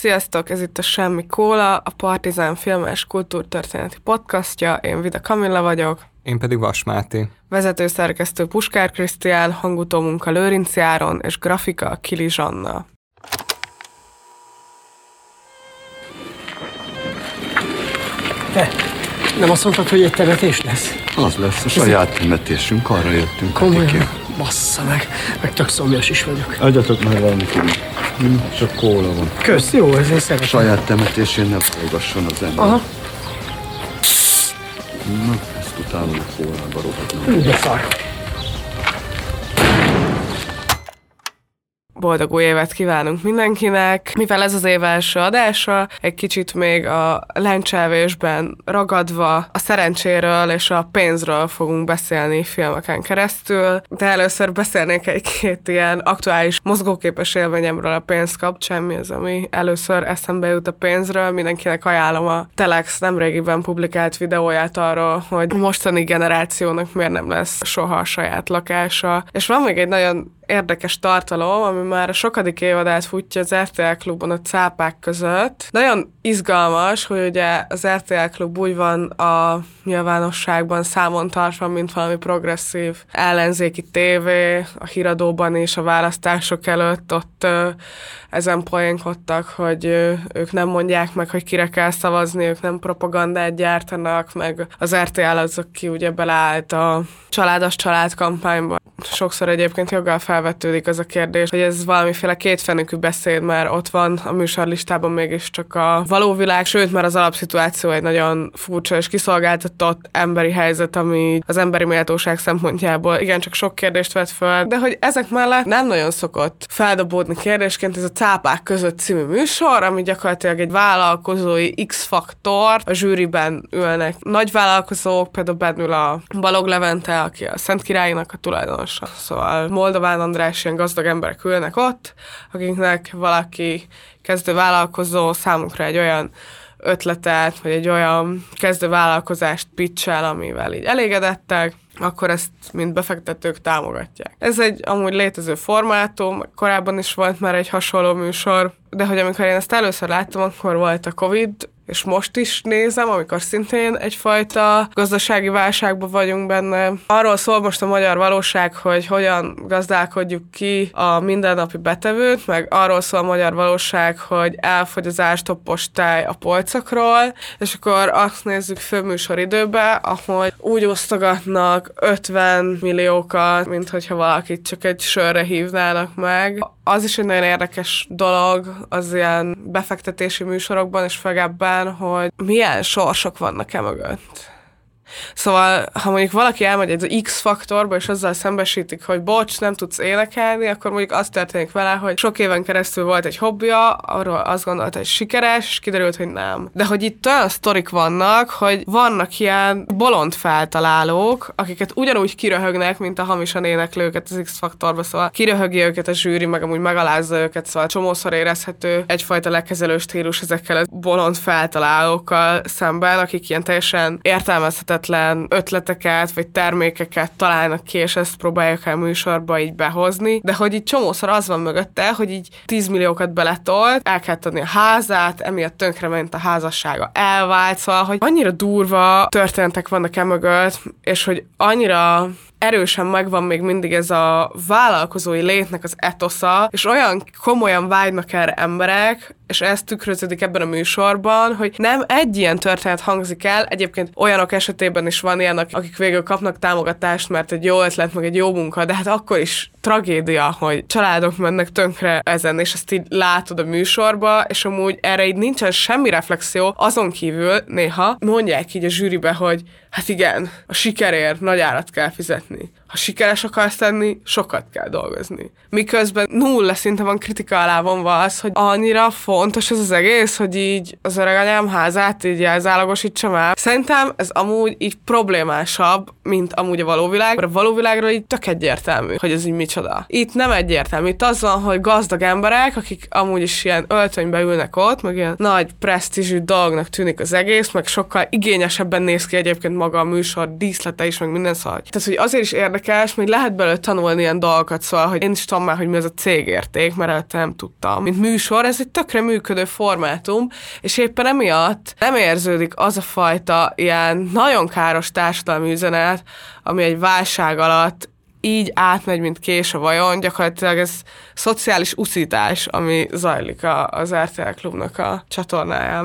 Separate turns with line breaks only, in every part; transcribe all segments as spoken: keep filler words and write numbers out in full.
Sziasztok, ez itt a Semmi Kóla, a Partizán filmes kultúrtörténeti podcastja. Én Vida Kamilla vagyok.
Én pedig Vas Máté.
Vezetőszerkesztő Puskár Krisztián, hangutómunka Lőrinci Áron és grafika Kili Zsanna.
Te, nem azt mondtad, hogy egy temetés lesz?
Az lesz a saját temetésünk, arra jöttünk.
Komolyan? Bassza meg, meg tök szomjas is vagyok.
Adjatok már valamit, hm, csak kóla van.
Kösz, jó, ezért szeretem.
Saját temetésén ne forgasson az ember.
Aha.
Na, ezt utálom a kólába rohadnom.
Hú, de szar.
Boldog új évet kívánunk mindenkinek! Mivel ez az év első adása, egy kicsit még a lencselvésben ragadva a szerencséről és a pénzről fogunk beszélni filmeken keresztül, de először beszélnék egy-két ilyen aktuális mozgóképes élményemről a pénz kapcsán, mi az, ami először eszembe jut a pénzről. Mindenkinek ajánlom a Telex nemrégiben publikált videóját arról, hogy a mostani generációnak miért nem lesz soha a saját lakása. És van még egy nagyon érdekes tartalom, ami már a sokadik évadát futja az er té el Klubon a cápák között. Nagyon izgalmas, hogy ugye az er té el Klub úgy van a nyilvánosságban számon tartva, mint valami progresszív ellenzéki tévé, a híradóban és a választások előtt ott ö, ezen poénkodtak, hogy ö, ők nem mondják meg, hogy kire kell szavazni, ők nem propagandát gyártanak, meg az er té el az, aki ugye beleállt a családos család kampányba. Sokszor egyébként joggal felvetődik az a kérdés, hogy ez valamiféle kétfenükű beszéd, mert ott van a műsorlistában mégiscsak a való világ, sőt, mert az alapszituáció egy nagyon furcsa és kiszolgáltatott emberi helyzet, ami az emberi méltóság szempontjából igencsak sok kérdést vet föl, de hogy ezek mellett nem nagyon szokott feldobódni kérdésként ez a Cápák között című műsor, ami gyakorlatilag egy vállalkozói X-faktor, a zsűriben ülnek nagy vállalkozók, például bennül a Balog Levente, aki a Szent Királynak a tulajdonos. Szóval Moldován András, ilyen gazdag emberek ülnek ott, akiknek valaki kezdő vállalkozó számukra egy olyan ötletet, vagy egy olyan kezdő vállalkozást pitchel, amivel így elégedettek, akkor ezt mind befektetők támogatják. Ez egy amúgy létező formátum, korábban is volt már egy hasonló műsor, de hogy amikor én ezt először láttam, akkor volt a Covid, és most is nézem, amikor szintén egyfajta gazdasági válságban vagyunk benne. Arról szól most a magyar valóság, hogy hogyan gazdálkodjuk ki a mindennapi betevőt, meg arról szól a magyar valóság, hogy elfogy az árstoppos tej a polcokról, és akkor azt nézzük főműsoridőbe, ahogy úgy osztogatnak ötven milliókat, mint hogyha valakit csak egy sörre hívnának meg. Az is egy nagyon érdekes dolog az ilyen befektetési műsorokban, és főleg ebben, hogy milyen sorsok vannak e mögött. Szóval, ha mondjuk valaki elmegy egy X-faktorba, és azzal szembesítik, hogy bocs, nem tudsz énekelni, akkor mondjuk az történik vele, hogy sok éven keresztül volt egy hobbija, arról azt gondolta, hogy sikeres, és kiderült, hogy nem. De hogy itt olyan sztorik vannak, hogy vannak ilyen bolond feltalálók, akiket ugyanúgy kiröhögnek, mint a hamisan éneklőket az X-faktorba, szóval kiröhögi őket a zsűri, meg amúgy megalázza őket, szóval csomószor érezhető egyfajta lekezelő stílus ezekkel a bolond feltalálókkal szemben, akik ilyen teljesen értelmezhetetlen ötleteket, vagy termékeket találnak ki, és ezt próbálják el műsorba így behozni, de hogy így csomószor az van mögötte, hogy így tíz milliókat beletolt, el kellett adni a házát, emiatt tönkrement a házassága, elvált, szóval, hogy annyira durva történetek vannak e mögött, és hogy annyira erősen megvan még mindig ez a vállalkozói létnek az etosza, és olyan komolyan vágynak erre emberek, és ez tükröződik ebben a műsorban, hogy nem egy ilyen történet hangzik el, egyébként olyanok esetében is van ilyen, akik végül kapnak támogatást, mert egy jó ötlet, meg egy jó munka, de hát akkor is tragédia, hogy családok mennek tönkre ezen, és ezt így látod a műsorba, és amúgy erre így nincsen semmi reflexió, azon kívül néha mondják így a zsűribe, hogy hát igen, a sikerért nagy árat kell fizetni. Ha sikeres akarsz lenni, sokat kell dolgozni. Miközben nulla szinte van kritika alá vonva az, hogy annyira fontos ez az egész, hogy így az öreganyám házát így elzálogosítsam el. Szerintem ez amúgy így problémásabb, mint amúgy a való világ, mert a való világról így tök egyértelmű, hogy ez így micsoda. Itt nem egyértelmű. Itt az van, hogy gazdag emberek, akik amúgy is ilyen öltönybe ülnek ott, meg ilyen nagy presztízsű dolognak tűnik az egész, meg sokkal igényesebben néz ki egyébként maga a műsor díszlete is, meg minden, szóval. Tehát, hogy azért is érdekes érdekes, még lehet belőle tanulni ilyen dolgokat, szóval, hogy én is tudom már, hogy mi az a cégérték, mert előtte nem tudtam. Mint műsor, ez egy tökre működő formátum, és éppen emiatt nem érződik az a fajta ilyen nagyon káros társadalmi üzenet, ami egy válság alatt így átmegy, mint kés a vajon, gyakorlatilag ez szociális uszítás, ami zajlik a, az er té el Klubnak a csatornáján.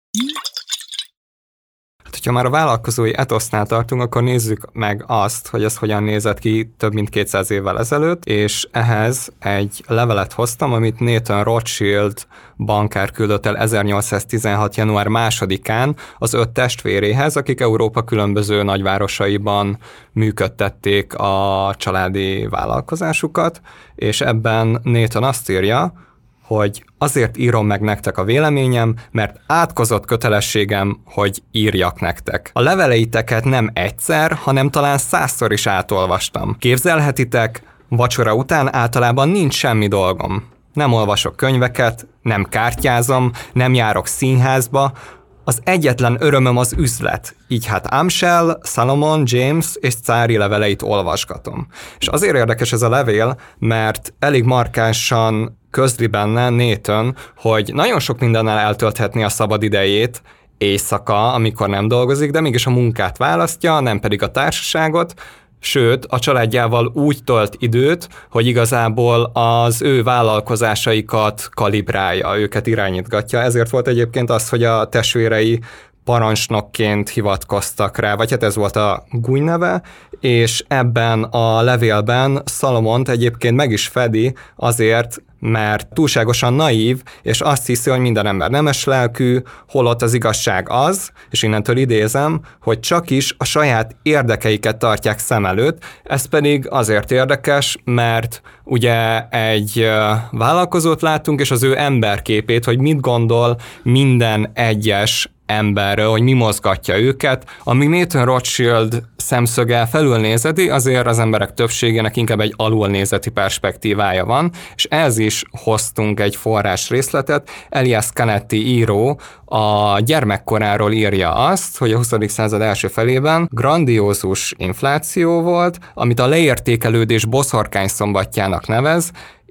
Ha már a vállalkozói etosznál tartunk, akkor nézzük meg azt, hogy ez hogyan nézett ki több mint kétszáz évvel ezelőtt, és ehhez egy levelet hoztam, amit Nathan Rothschild bankár küldött el ezernyolcszáztizenhat. január másodikán az öt testvéréhez, akik Európa különböző nagyvárosaiban működtették a családi vállalkozásukat, és ebben Nathan azt írja, hogy azért írom meg nektek a véleményem, mert átkozott kötelességem, hogy írjak nektek. A leveleiteket nem egyszer, hanem talán százszor is átolvastam. Képzelhetitek, vacsora után általában nincs semmi dolgom. Nem olvasok könyveket, nem kártyázom, nem járok színházba, az egyetlen örömöm az üzlet. Így hát Amschel, Salomon, James és Cári leveleit olvasgatom. És azért érdekes ez a levél, mert elég markánsan közli benne Nathan, hogy nagyon sok mindennel eltölthetné a szabad idejét éjszaka, amikor nem dolgozik, de mégis a munkát választja, nem pedig a társaságot, sőt, a családjával úgy tölt időt, hogy igazából az ő vállalkozásaikat kalibrálja, őket irányítgatja. Ezért volt egyébként az, hogy a testvérei parancsnokként hivatkoztak rá, vagy hát ez volt a gúnyneve, és ebben a levélben Salomont egyébként meg is fedi azért, mert túlságosan naív, és azt hiszi, hogy minden ember nemes lelkű, holott az igazság az, és innentől idézem, hogy csak is a saját érdekeiket tartják szem előtt, ez pedig azért érdekes, mert ugye egy vállalkozót látunk, és az ő emberképét, hogy mit gondol minden egyes emberről, hogy mi mozgatja őket. Amíg Nathan Rothschild szemszöge felülnézeti, azért az emberek többségének inkább egy alulnézeti perspektívája van, és ez is hoztunk egy forrás részletet. Elias Canetti író a gyermekkoráról írja azt, hogy a huszadik század első felében grandiózus infláció volt, amit a leértékelődés boszorkányszombatjának nevez,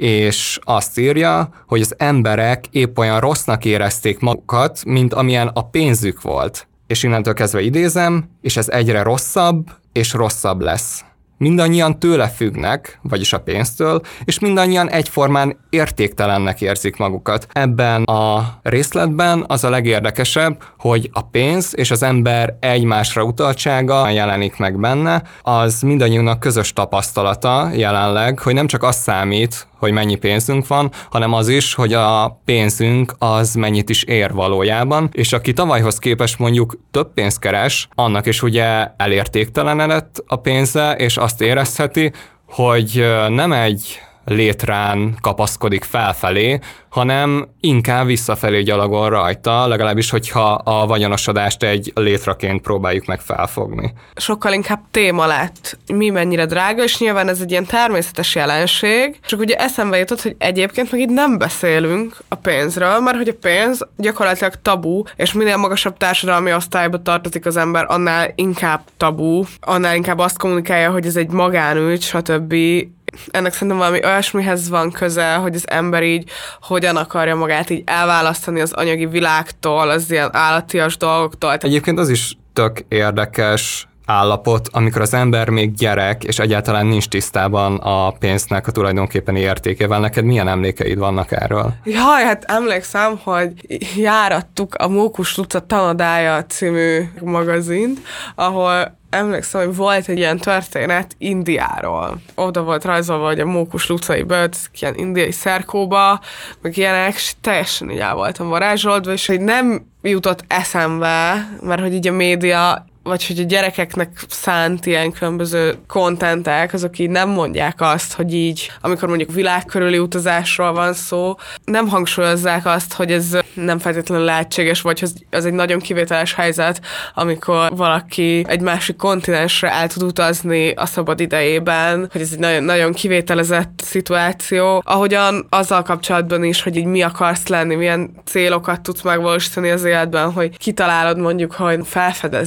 és azt írja, hogy az emberek épp olyan rossznak érezték magukat, mint amilyen a pénzük volt. És innentől kezdve idézem, és ez egyre rosszabb és rosszabb lesz. Mindannyian tőle függnek, vagyis a pénztől, és mindannyian egyformán értéktelennek érzik magukat. Ebben a részletben az a legérdekesebb, hogy a pénz és az ember egymásra utaltsága jelenik meg benne, az mindannyiunknak közös tapasztalata jelenleg, hogy nem csak az számít, hogy mennyi pénzünk van, hanem az is, hogy a pénzünk az mennyit is ér valójában, és aki tavalyhoz képest mondjuk több pénzt keres, annak is ugye elértéktelenedett a pénze, és azt érezheti, hogy nem egy létrán kapaszkodik felfelé, hanem inkább visszafelé gyalogol rajta, legalábbis, hogyha a vagyonosodást egy létraként próbáljuk meg felfogni.
Sokkal inkább téma lett, mi mennyire drága, és nyilván ez egy ilyen természetes jelenség, csak ugye eszembe jutott, hogy egyébként meg itt nem beszélünk a pénzről, mert hogy a pénz gyakorlatilag tabu, és minél magasabb társadalmi osztályba tartozik az ember, annál inkább tabu, annál inkább azt kommunikálja, hogy ez egy magánügy, stb. Ennek szerintem valami olyasmihez van köze, hogy az ember így hogyan akarja magát így elválasztani az anyagi világtól, az ilyen állatias dolgoktól.
Egyébként az is tök érdekes állapot, amikor az ember még gyerek, és egyáltalán nincs tisztában a pénznek a tulajdonképpeni értékével. Neked milyen emlékeid vannak erről?
Jaj, hát emlékszem, hogy járattuk a Mókus Luca Tanadája című magazint, ahol emlékszem, hogy volt egy ilyen történet Indiáról. Oda volt rajzolva, hogy a Mókus Lucai beöltözik ilyen indiai szerkóba, meg ilyenek, és teljesen így el voltam varázsolódva, és hogy nem jutott eszembe, mert hogy így a média, vagy hogy a gyerekeknek szánt ilyen különböző kontentek, azok így nem mondják azt, hogy így, amikor mondjuk világ körüli utazásról van szó, nem hangsúlyozzák azt, hogy ez nem feltétlenül lehetséges, vagy az egy nagyon kivételes helyzet, amikor valaki egy másik kontinensre el tud utazni a szabad idejében, hogy ez egy nagyon, nagyon kivételezett szituáció. Ahogyan azzal kapcsolatban is, hogy így mi akarsz lenni, milyen célokat tudsz megvalósítani az életben, hogy kitalálod mondjuk, hogy felfedező leszel,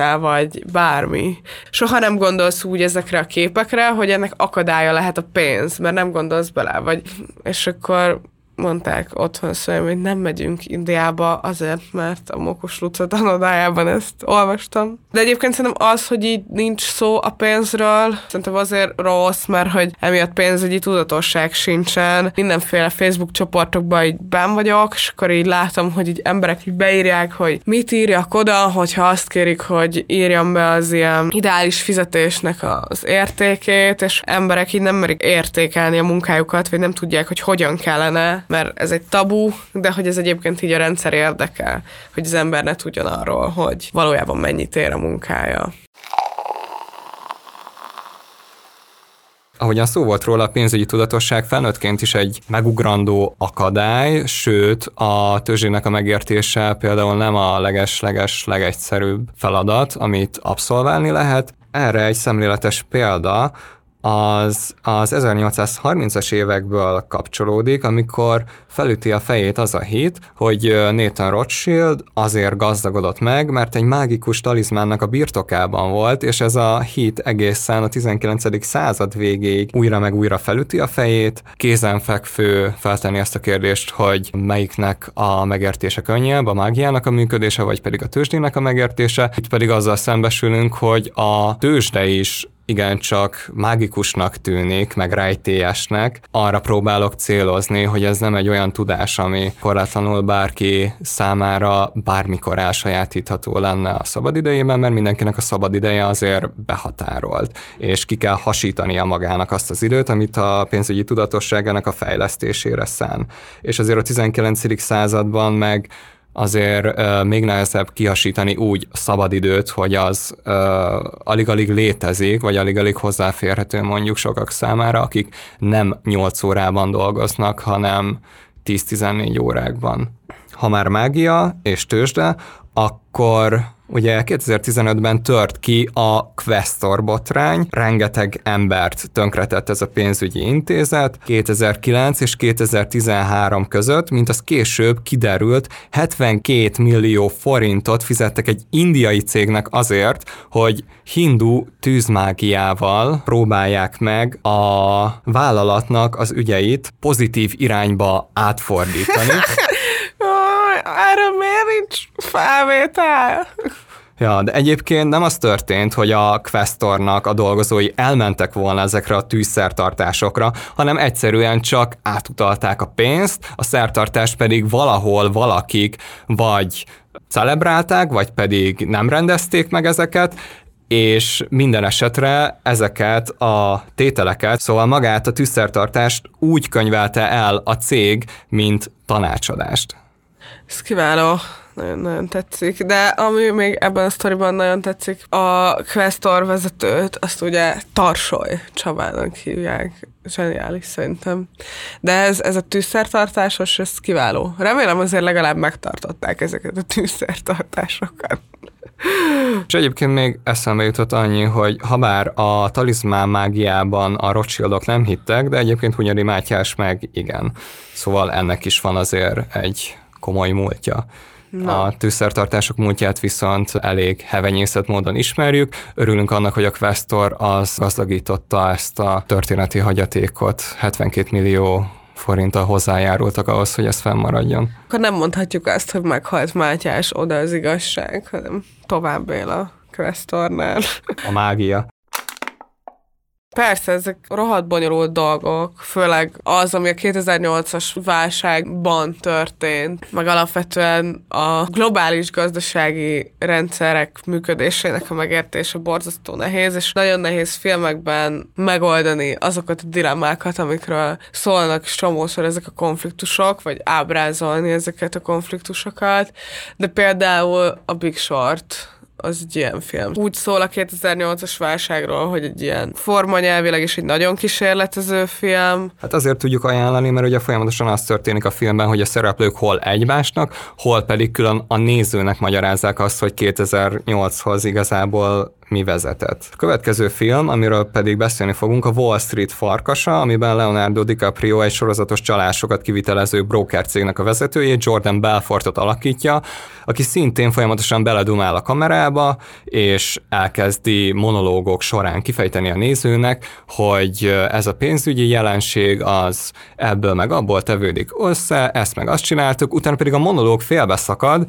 leszel, vagy bármi. Soha nem gondolsz úgy ezekre a képekre, hogy ennek akadálya lehet a pénz, mert nem gondolsz bele, vagy és akkor mondták otthon szóval, hogy nem megyünk Indiába azért, mert a Mókus Luca tanodájában ezt olvastam. De egyébként szerintem az, hogy így nincs szó a pénzről, szerintem azért rossz, mert hogy emiatt pénzügyi tudatosság sincsen. Mindenféle Facebook csoportokban így benn vagyok, és akkor így látom, hogy így emberek így beírják, hogy mit írjak oda, hogyha azt kérik, hogy írjam be az ilyen ideális fizetésnek az értékét, és emberek így nem merik értékelni a munkájukat, vagy nem tudják, hogy hogyan kellene, mert ez egy tabu, de hogy ez egyébként így a rendszer érdekel, hogy az ember ne tudjon arról, hogy valójában mennyit ér a munkája.
Ahogyan szó volt róla, a pénzügyi tudatosság felnőttként is egy megugrandó akadály, sőt a tőzsdének a megértése például nem a leges-leges legegyszerűbb feladat, amit abszolválni lehet. Erre egy szemléletes példa, az az ezernyolcszázharmincas évekből kapcsolódik, amikor felüti a fejét az a hit, hogy Nathan Rothschild azért gazdagodott meg, mert egy mágikus talizmánnak a birtokában volt, és ez a hit egészen a tizenkilencedik század végéig újra meg újra felüti a fejét, kézenfekvő feltenni ezt a kérdést, hogy melyiknek a megértése könnyebb, a mágiának a működése, vagy pedig a tőzsdének a megértése. Itt pedig azzal szembesülünk, hogy a tőzsde is igencsak mágikusnak tűnik, meg rejtélyesnek. Arra próbálok célozni, hogy ez nem egy olyan tudás, ami korlátlanul bárki számára bármikor elsajátítható lenne a szabadidejében, mert mindenkinek a szabadideje azért behatárolt, és ki kell hasítania magának azt az időt, amit a pénzügyi tudatosságának a fejlesztésére szán. És azért a tizenkilencedik században meg azért uh, még nehezebb kihasítani úgy szabadidőt, hogy az uh, alig-alig létezik, vagy alig-alig hozzáférhető mondjuk sokak számára, akik nem nyolc órában dolgoznak, hanem tíz-tizennégy órákban. Ha már mágia és tőzsde, akkor ugye kétezer-tizenötben tört ki a Questor botrány, rengeteg embert tönkretett ez a pénzügyi intézet, kétezer-kilenc és kétezer-tizenhárom között, mint az később kiderült, hetvenkét millió forintot fizettek egy indiai cégnek azért, hogy hindu tűzmágiával próbálják meg a vállalatnak az ügyeit pozitív irányba átfordítani.
Erről miért nincs felvétel?
Ja, de egyébként nem az történt, hogy a Questornak a dolgozói elmentek volna ezekre a tűzszertartásokra, hanem egyszerűen csak átutalták a pénzt, a szertartást pedig valahol valakik vagy celebrálták, vagy pedig nem rendezték meg ezeket, és minden esetre ezeket a tételeket, szóval magát a tűzszertartást úgy könyvelte el a cég, mint tanácsadást.
Ez kiváló, nagyon-nagyon tetszik, de ami még ebben a sztoriban nagyon tetszik, a Questor vezetőt, azt ugye Tarsoly Csabának hívják, zseniális szerintem. De ez, ez a tűzszertartásos, ez kiváló. Remélem azért legalább megtartották ezeket a tűzszertartásokat.
És egyébként még eszembe jutott annyi, hogy ha bár a talizmán mágiában a Rothschildok nem hittek, de egyébként Hunyadi Mátyás meg igen. Szóval ennek is van azért egy komoly múltja. Na. A tűzszertartások múltját viszont elég hevenyészet módon ismerjük. Örülünk annak, hogy a Questor az gazdagította ezt a történeti hagyatékot. hetvenkét millió forinttal hozzájárultak ahhoz, hogy ez fennmaradjon.
Akkor nem mondhatjuk azt, hogy meghalt Mátyás, oda az igazság, hanem tovább él a Questornál.
A mágia.
Persze, ezek rohadt bonyolult dolgok, főleg az, ami a kétezer-nyolcas válságban történt, meg alapvetően a globális gazdasági rendszerek működésének a megértése borzasztó nehéz, és nagyon nehéz filmekben megoldani azokat a dilemmákat, amikről szólnak csomószor ezek a konfliktusok, vagy ábrázolni ezeket a konfliktusokat, de például a Big Short az egy ilyen film. Úgy szól a kétezer-nyolcas válságról, hogy egy ilyen formanyelvileg is egy nagyon kísérletező film.
Hát azért tudjuk ajánlani, mert ugye folyamatosan az történik a filmben, hogy a szereplők hol egymásnak, hol pedig külön a nézőnek magyarázzák azt, hogy kétezer-nyolchoz igazából mi vezetett. A következő film, amiről pedig beszélni fogunk, a Wall Street farkasa, amiben Leonardo DiCaprio egy sorozatos csalásokat kivitelező broker cégnek a vezetőjét, Jordan Belfortot alakítja, aki szintén folyamatosan beledumál a kamerába, és elkezdi monológok során kifejteni a nézőnek, hogy ez a pénzügyi jelenség az ebből meg abból tevődik össze, ezt meg azt csináltuk, utána pedig a monológ félbeszakad,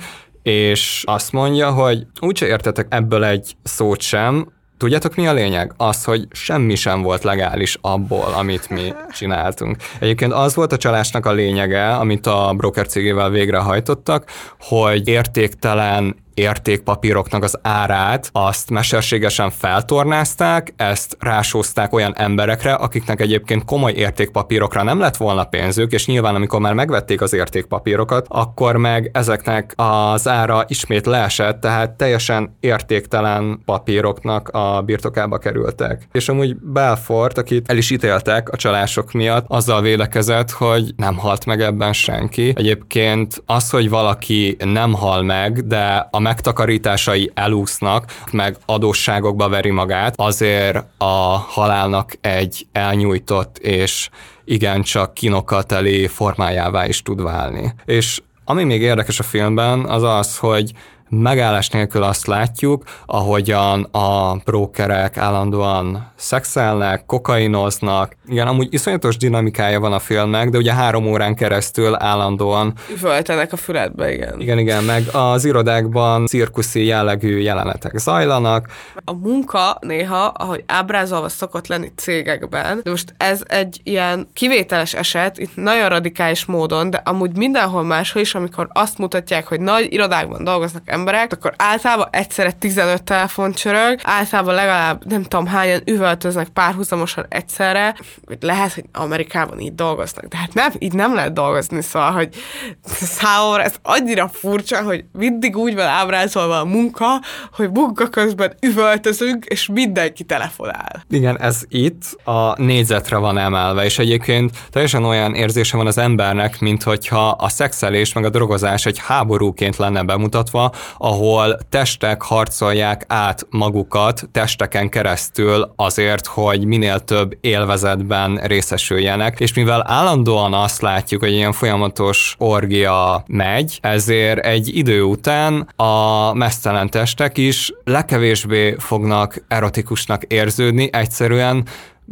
és azt mondja, hogy úgyse értetek ebből egy szót sem. Tudjátok, mi a lényeg? Az, hogy semmi sem volt legális abból, amit mi csináltunk. Egyébként az volt a csalásnak a lényege, amit a broker cégével végrehajtottak, hogy értéktelen értékpapíroknak az árát, azt mesterségesen feltornázták, ezt rásózták olyan emberekre, akiknek egyébként komoly értékpapírokra nem lett volna pénzük, és nyilván amikor már megvették az értékpapírokat, akkor meg ezeknek az ára ismét leesett, tehát teljesen értéktelen papíroknak a birtokába kerültek. És amúgy Belfort, akit el is ítéltek a csalások miatt, azzal védekezett, hogy nem halt meg ebben senki. Egyébként az, hogy valaki nem hal meg, de a megtakarításai elúsznak, meg adósságokba veri magát, azért a halálnak egy elnyújtott és igencsak kínokkal teli formájává is tud válni. És ami még érdekes a filmben, az az, hogy megállás nélkül azt látjuk, ahogyan a brókerek állandóan szexelnek, kokainoznak. Igen, amúgy iszonyatos dinamikája van a filmnek, de ugye három órán keresztül állandóan
üvöltenek a füledbe, igen.
Igen, igen, meg az irodákban cirkuszi jellegű jelenetek zajlanak.
A munka néha, ahogy ábrázolva szokott lenni cégekben, de most ez egy ilyen kivételes eset, itt nagyon radikális módon, de amúgy mindenhol máshol is, amikor azt mutatják, hogy nagy irodákban dolgoznak emberek, akkor általában egyszerre tizenöt telefon csörög, általában legalább nem tudom hányan üvöltöznek párhuzamosan egyszerre, hogy lehet, hogy Amerikában így dolgoznak, de hát nem, így nem lehet dolgozni, szóval, hogy számomra ez annyira furcsa, hogy mindig úgy van ábrázolva a munka, hogy munka közben üvöltözünk, és mindenki telefonál.
Igen, ez itt a négyzetre van emelve, és egyébként teljesen olyan érzése van az embernek, mint hogyha a szexelés meg a drogozás egy háborúként lenne bemutatva, ahol testek harcolják át magukat testeken keresztül azért, hogy minél több élvezetben részesüljenek, és mivel állandóan azt látjuk, hogy ilyen folyamatos orgia megy, ezért egy idő után a meztelen testek is legkevésbé fognak erotikusnak érződni, egyszerűen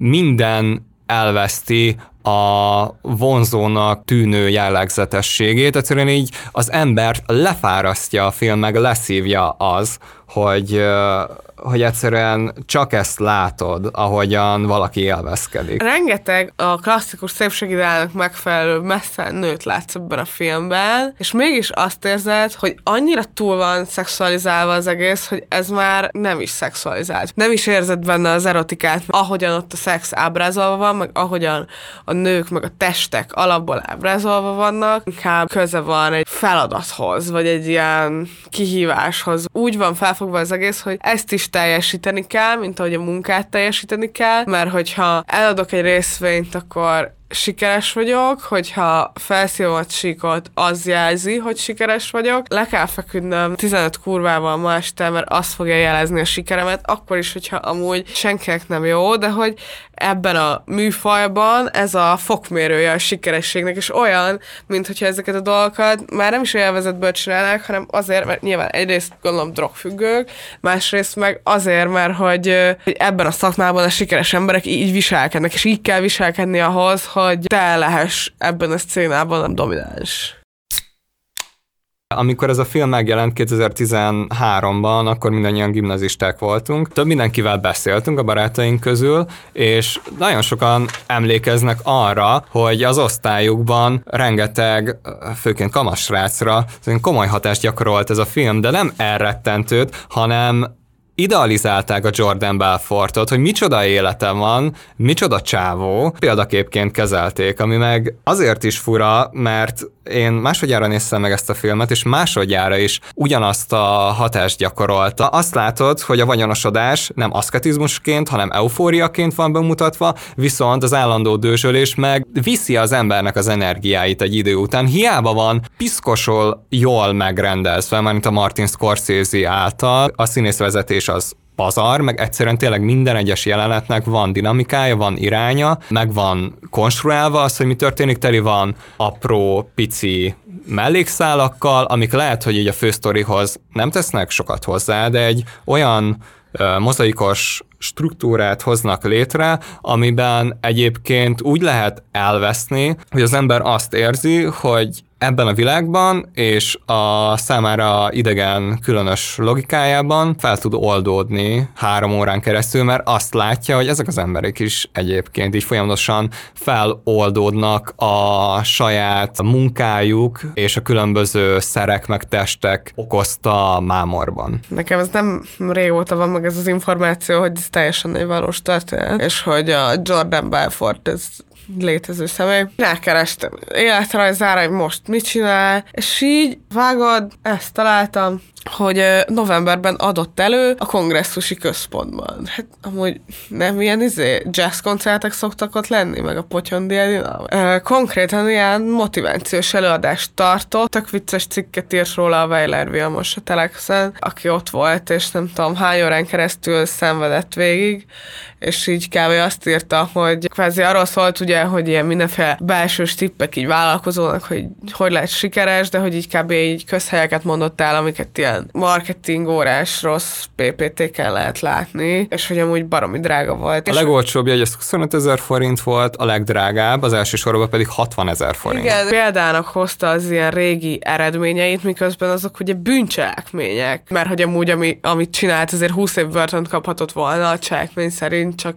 minden elveszti a vonzónak tűnő jellegzetességét, egyszerűen így az embert lefárasztja a film, meg leszívja az, hogy, hogy egyszerűen csak ezt látod, ahogyan valaki élvezkedik.
Rengeteg a klasszikus szépségideálnak megfelelő messzen nőt látsz ebben a filmben, és mégis azt érzed, hogy annyira túl van szexualizálva az egész, hogy ez már nem is szexualizált. Nem is érzed benne az erotikát, ahogyan ott a szex ábrázolva van, meg ahogyan a nők, meg a testek alapból ábrázolva vannak, inkább köze van egy feladathoz, vagy egy ilyen kihíváshoz. Úgy van felfogva az egész, hogy ezt is teljesíteni kell, mint ahogy a munkát teljesíteni kell, mert hogyha eladok egy részvényt, akkor sikeres vagyok, hogyha felszívom a csíkot, az jelzi, hogy sikeres vagyok. Le kell feküdnöm tizenöt kurvával ma este, mert azt fogja jelezni a sikeremet, akkor is, hogyha amúgy senkinek nem jó, de hogy ebben a műfajban ez a fokmérője a sikerességnek, és olyan, mint hogyha ezeket a dolgokat már nem is élvezetből csinálnak, hanem azért, mert nyilván egyrészt gondolom drogfüggők, másrészt meg azért, mert hogy, hogy ebben a szakmában a sikeres emberek így viselkednek, és így kell viselkedni ahhoz, hogy te lehess ebben a szcénában a domináns.
Amikor ez a film megjelent kétezer-tizenháromban, akkor mindannyian gimnazisták voltunk. Több mindenkivel beszéltünk a barátaink közül, és nagyon sokan emlékeznek arra, hogy az osztályukban rengeteg, főként kamasrácra komoly hatást gyakorolt ez a film, de nem elrettentőt, hanem idealizálták a Jordan Belfortot, hogy micsoda élete van, micsoda csávó, példaképként kezelték, ami meg azért is fura, mert én másodjára néztem meg ezt a filmet, és másodjára is ugyanazt a hatást gyakorolta. Azt látod, hogy a vagyonosodás nem aszketizmusként, hanem eufóriaként van bemutatva, viszont az állandó dőzsölés meg viszi az embernek az energiáit egy idő után. Hiába van piszkosul jól megrendezve, mert a Martin Scorsese által a színészvezetés az pazar, meg egyszerűen tényleg minden egyes jelenetnek van dinamikája, van iránya, meg van konstruálva az, hogy mi történik, teli van apró, pici mellékszálakkal, amik lehet, hogy így a fősztorihoz nem tesznek sokat hozzá, de egy olyan uh, mozaikos struktúrát hoznak létre, amiben egyébként úgy lehet elveszni, hogy az ember azt érzi, hogy ebben a világban és a számára idegen különös logikájában fel tud oldódni három órán keresztül, mert azt látja, hogy ezek az emberek is egyébként így folyamatosan feloldódnak a saját munkájuk és a különböző szerek meg testek okozta mámorban.
Nekem ez nem régóta van meg ez az információ, hogy ez teljesen egy valós történet, és hogy a Jordan Belfort ez létező személy. Rákerestem életrajzára, hogy most mit csinál, és így vágod, ezt találtam, hogy novemberben adott elő a kongresszusi központban. Hát amúgy nem ilyen izé, jazz koncertek szoktak ott lenni, meg a Potyondi Edina. Konkrétan ilyen motivációs előadást tartott, tök vicces cikket írt róla a Weiler Vilmos a Telexen, aki ott volt, és nem tudom hány órán keresztül szenvedett végig, és így kb. Azt írta, hogy kvázi arról szólt ugye, hogy ilyen mindenféle belsős tippek így vállalkozónak, hogy hogy lehet sikeres, de hogy így kb. Így közhelyeket mondott el, amiket ilyen marketing órás rossz pé pé té-ken lehet látni, és hogy amúgy baromi drága volt.
A legolcsóbb jegy az huszonöt ezer forint volt, a legdrágább, az első sorban pedig hatvan ezer forint.
Igen, példának hozta az ilyen régi eredményeit, miközben azok ugye bűncselekmények, mert hogy amúgy ami, amit csinált, azért húsz év börtönt kaphatott volna a cselekmény szerint, csak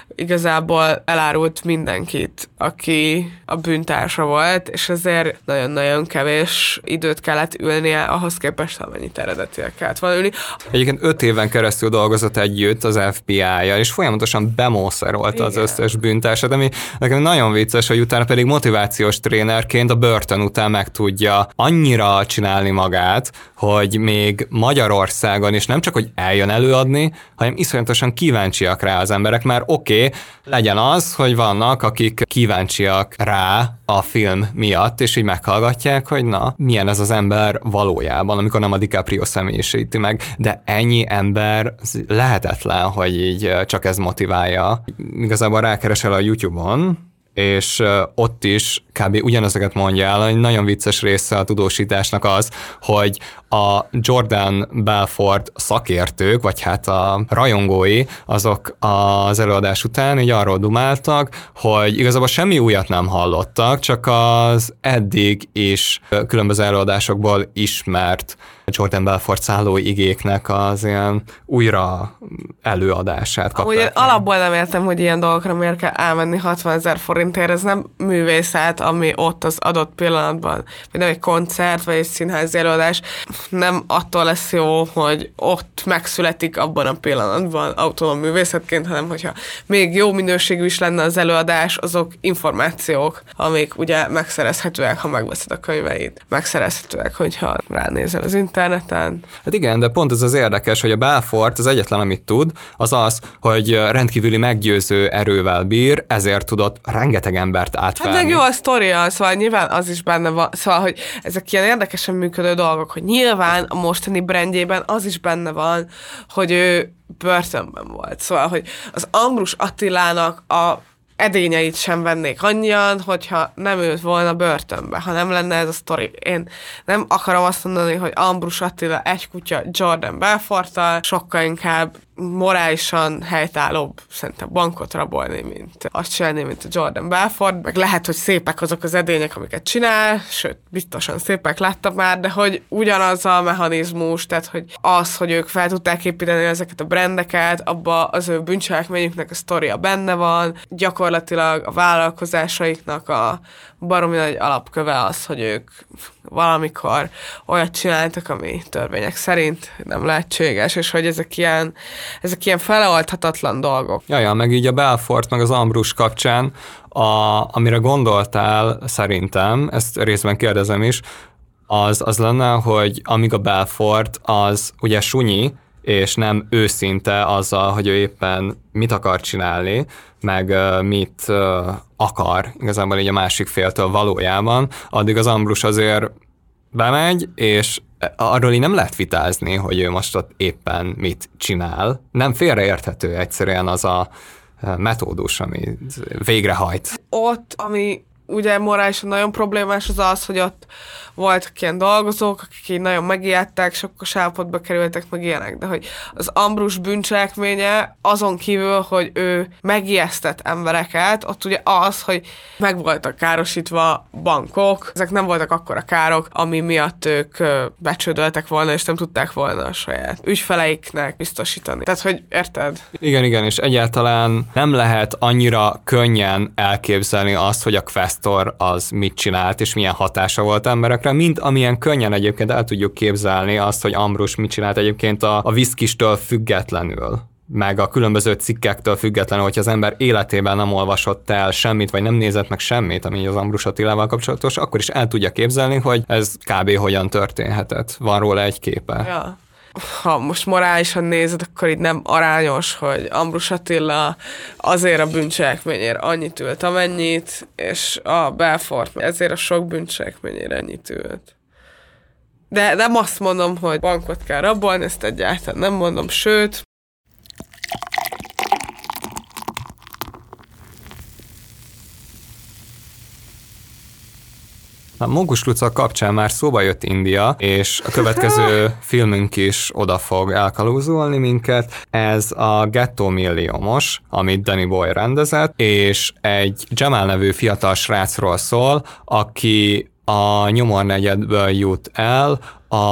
igazából elárult mindenkit, aki a bűntársa volt, és ezért nagyon-nagyon kevés időt kellett ülnie ahhoz képest, amennyit eredetileg kellett volna ülni.
Egyébként öt éven keresztül dolgozott együtt az ef bé í-jal, és folyamatosan bemószerolta az összes bűntársat, ami nekem nagyon vicces, hogy utána pedig motivációs trénerként a börtön után meg tudja annyira csinálni magát, hogy még Magyarországon is nem csak, hogy eljön előadni, hanem iszonyatosan kíváncsiak rá az emberek, mert oké, okay, legyen az, hogy vannak, akik kíváncsiak rá a film miatt, és így meghallgatják, hogy na, milyen ez az ember valójában, amikor nem a DiCaprio személyisíti meg, de ennyi ember lehetetlen, hogy így csak ez motiválja. Igazából rákeresel a YouTube-on, és ott is kb. Ugyanezeket mondja el, hogy nagyon vicces része a tudósításnak az, hogy a Jordan Belfort szakértők, vagy hát a rajongói, azok az előadás után így arról dumáltak, hogy igazából semmi újat nem hallottak, csak az eddig is különböző előadásokból ismert Jordan Belfort szállói igéknek az ilyen újra előadását kapták.
Ugye alapból nem értem, hogy ilyen dolgokra miért kell elmenni hatvanezer forintért, ez nem művészet, ami ott az adott pillanatban, vagy nem egy koncert, vagy egy színházi előadás, nem attól lesz jó, hogy ott megszületik abban a pillanatban autonóm művészetként, hanem hogyha még jó minőségű is lenne az előadás, azok információk, amik ugye megszerezhetőek, ha megveszed a könyveit, megszerezhetőek, hogyha ránézel az interneten.
Hát igen, de pont ez az érdekes, hogy a Belfort az egyetlen, amit tud, az az, hogy rendkívüli meggyőző erővel bír, ezért tudott rengeteg embert átverni.
Hát meg jó a sztoria, szóval nyilván az is benne van, szóval, hogy ezek ilyen érdekesen működő dolgok, hogy nyilván a mostani brandjében az is benne van, hogy ő börtönben volt. Szóval, hogy az Ambrus Attilának a edényeit sem vennék annyian, hogyha nem ült volna börtönbe, ha nem lenne ez a sztori. Én nem akarom azt mondani, hogy Ambrus Attila egy kutya Jordan Belforttal, sokkal inkább morálisan helytállóbb szerintem bankot rabolni, mint azt csinálni, mint a Jordan Belfort, meg lehet, hogy szépek azok az edények, amiket csinál, sőt, biztosan szépek láttam már, de hogy ugyanaz a mechanizmus, tehát hogy az, hogy ők fel tudták építeni ezeket a brandeket, abba az ő bűncselekményüknek a sztoria benne van, gyakorlatilag a vállalkozásaiknak a baromi nagy alapköve az, hogy ők valamikor olyat csináltak, ami törvények szerint nem lehetséges, és hogy ezek ilyen, ezek ilyen feleoldhatatlan dolgok.
Jaja, meg így a Belfort, meg az Ambrus kapcsán, a, amire gondoltál szerintem, ezt részben kérdezem is, az, az lenne, hogy amíg a Belfort az ugye sunyi, és nem őszinte azzal, hogy ő éppen mit akar csinálni, meg uh, mit uh, akar igazából így a másik féltől valójában, addig az Ambrus azért bemegy, és arról így nem lehet vitázni, hogy ő most ott éppen mit csinál. Nem félreérthető egyszerűen az a metódus, ami végrehajt.
Ott, ami ugye morálisan nagyon problémás az az, hogy ott voltak ilyen dolgozók, akik így nagyon megijedtek, sokkos állapotba kerültek, meg ilyenek, de hogy az Ambrus bűncselekménye azon kívül, hogy ő megijesztett embereket, ott ugye az, hogy meg voltak károsítva bankok, ezek nem voltak akkora károk, ami miatt ők becsődöltek volna, és nem tudták volna a saját ügyfeleiknek biztosítani. Tehát, hogy érted?
Igen, igen, és egyáltalán nem lehet annyira könnyen elképzelni azt, hogy a Questor az mit csinált, és milyen hatása volt emberekre, mint amilyen könnyen egyébként el tudjuk képzelni azt, hogy Ambrus mit csinált egyébként a, a viszkistől függetlenül, meg a különböző cikkektől függetlenül, hogyha az ember életében nem olvasott el semmit, vagy nem nézett meg semmit, ami az Ambrus Attilával kapcsolatos, akkor is el tudja képzelni, hogy ez kb. Hogyan történhetett. Van róla egy képe.
Ja. Ha most morálisan nézed, akkor így nem arányos, hogy Ambrus Attila azért a bűncselekményért annyit ült, amennyit, és a Belfort ezért a sok bűncselekményért ennyit ült. De nem azt mondom, hogy bankot kell rabolni, ezt egyáltalán nem mondom, sőt,
A Mókus Luca kapcsán már szóba jött India, és a következő filmünk is oda fog elkalózolni minket. Ez a Ghetto Milliómos, amit Danny Boyle rendezett, és egy Jamal nevű fiatal srácról szól, aki a nyomornegyedből jut el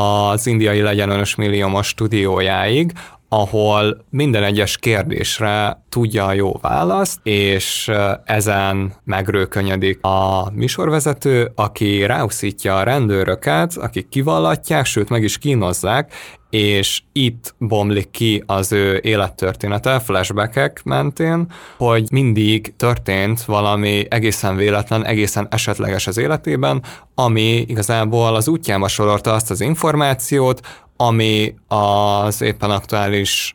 az indiai legyenönös milliómos stúdiójáig, ahol minden egyes kérdésre tudja a jó választ, és ezen megrőkönyedik a műsorvezető, aki ráuszítja a rendőröket, akik kivallatják, sőt meg is kínozzák, és itt bomlik ki az ő élettörténete flashbackek mentén, hogy mindig történt valami egészen véletlen, egészen esetleges az életében, ami igazából az útjába sorolta azt az információt, ami az éppen aktuális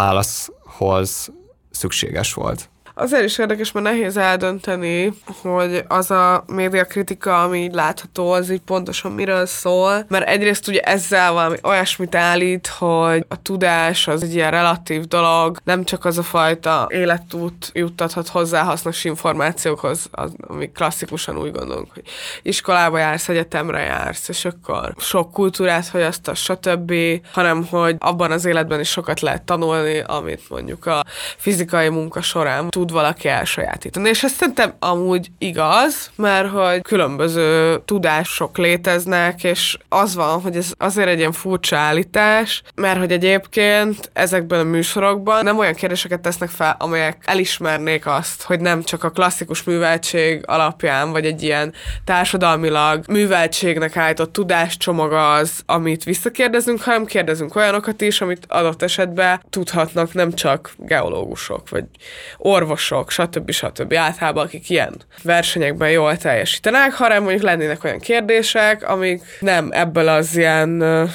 válaszhoz szükséges volt.
Azért is érdekes, mert nehéz eldönteni, hogy az a médiakritika, ami így látható, az így pontosan miről szól. Mert egyrészt ugye ezzel valami olyasmit állít, hogy a tudás az egy ilyen relatív dolog, nem csak az a fajta életút juttathat hozzá hasznos információkhoz, az, ami klasszikusan úgy gondolunk, hogy iskolába jársz, egyetemre jársz, és akkor sok kultúrát fogyasztasz, stb., hanem hogy abban az életben is sokat lehet tanulni, amit mondjuk a fizikai munka során tud valaki elsajátítani. És ez szerintem amúgy igaz, mert hogy különböző tudások léteznek, és az van, hogy ez azért egy ilyen furcsa állítás, mert hogy egyébként ezekben a műsorokban nem olyan kérdéseket tesznek fel, amelyek elismernék azt, hogy nem csak a klasszikus műveltség alapján, vagy egy ilyen társadalmilag műveltségnek állított tudáscsomag az, amit visszakérdezünk, hanem kérdezünk olyanokat is, amit adott esetben tudhatnak nem csak geológusok, vagy orvosok, stb. stb. Általában, akik ilyen versenyekben jól teljesítenek, hanem mondjuk lennének olyan kérdések, amik nem ebből az ilyen uh,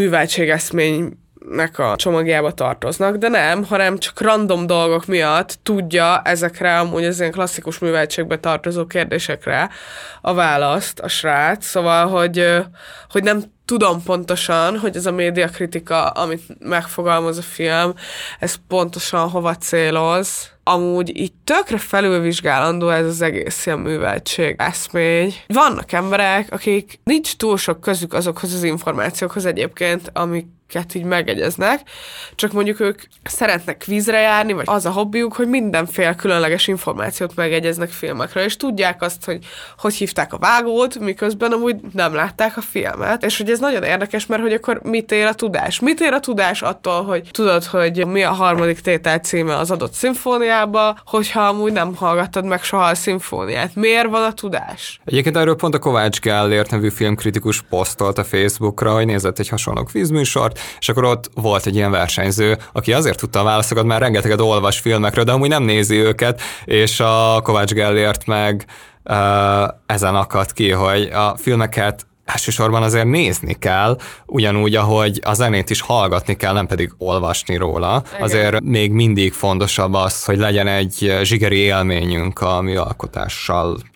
műveltségeszménynek a csomagjába tartoznak, de nem, hanem csak random dolgok miatt tudja ezekre amúgy az ilyen klasszikus műveltségbe tartozó kérdésekre a választ a srác, szóval, hogy, uh, hogy nem tudom pontosan, hogy ez a médiakritika, amit megfogalmaz a film, ez pontosan hova céloz. Amúgy így tökre felülvizsgálandó ez az egész ilyen műveltség eszmény. Vannak emberek, akik nincs túl sok közük azokhoz az információkhoz egyébként, amik így megegyeznek, csak mondjuk ők szeretnek kvízre járni, vagy az a hobbiuk, hogy mindenféle különleges információt megegyeznek filmekről, és tudják azt, hogy hogy hívták a vágót, miközben amúgy nem látták a filmet. És hogy ez nagyon érdekes, mert hogy akkor mit ér a tudás? Mit ér a tudás attól, hogy tudod, hogy mi a harmadik tétel címe az adott szimfóniába, hogyha amúgy nem hallgattad meg soha a szimfóniát? Miért van a tudás?
Egyébként erről pont a Kovács Gellért nevű filmkritikus posztolt a Facebookra, hogy nézett egy hasonló kvízműsort, és akkor ott volt egy ilyen versenyző, aki azért tudta a válaszokat, már rengeteget olvas filmekről, de amúgy nem nézi őket, és a Kovács Gellért meg uh, ezen akadt ki, hogy a filmeket elsősorban azért nézni kell, ugyanúgy, ahogy a zenét is hallgatni kell, nem pedig olvasni róla. Igen. Azért még mindig fontosabb az, hogy legyen egy zsigeri élményünk a műalkotással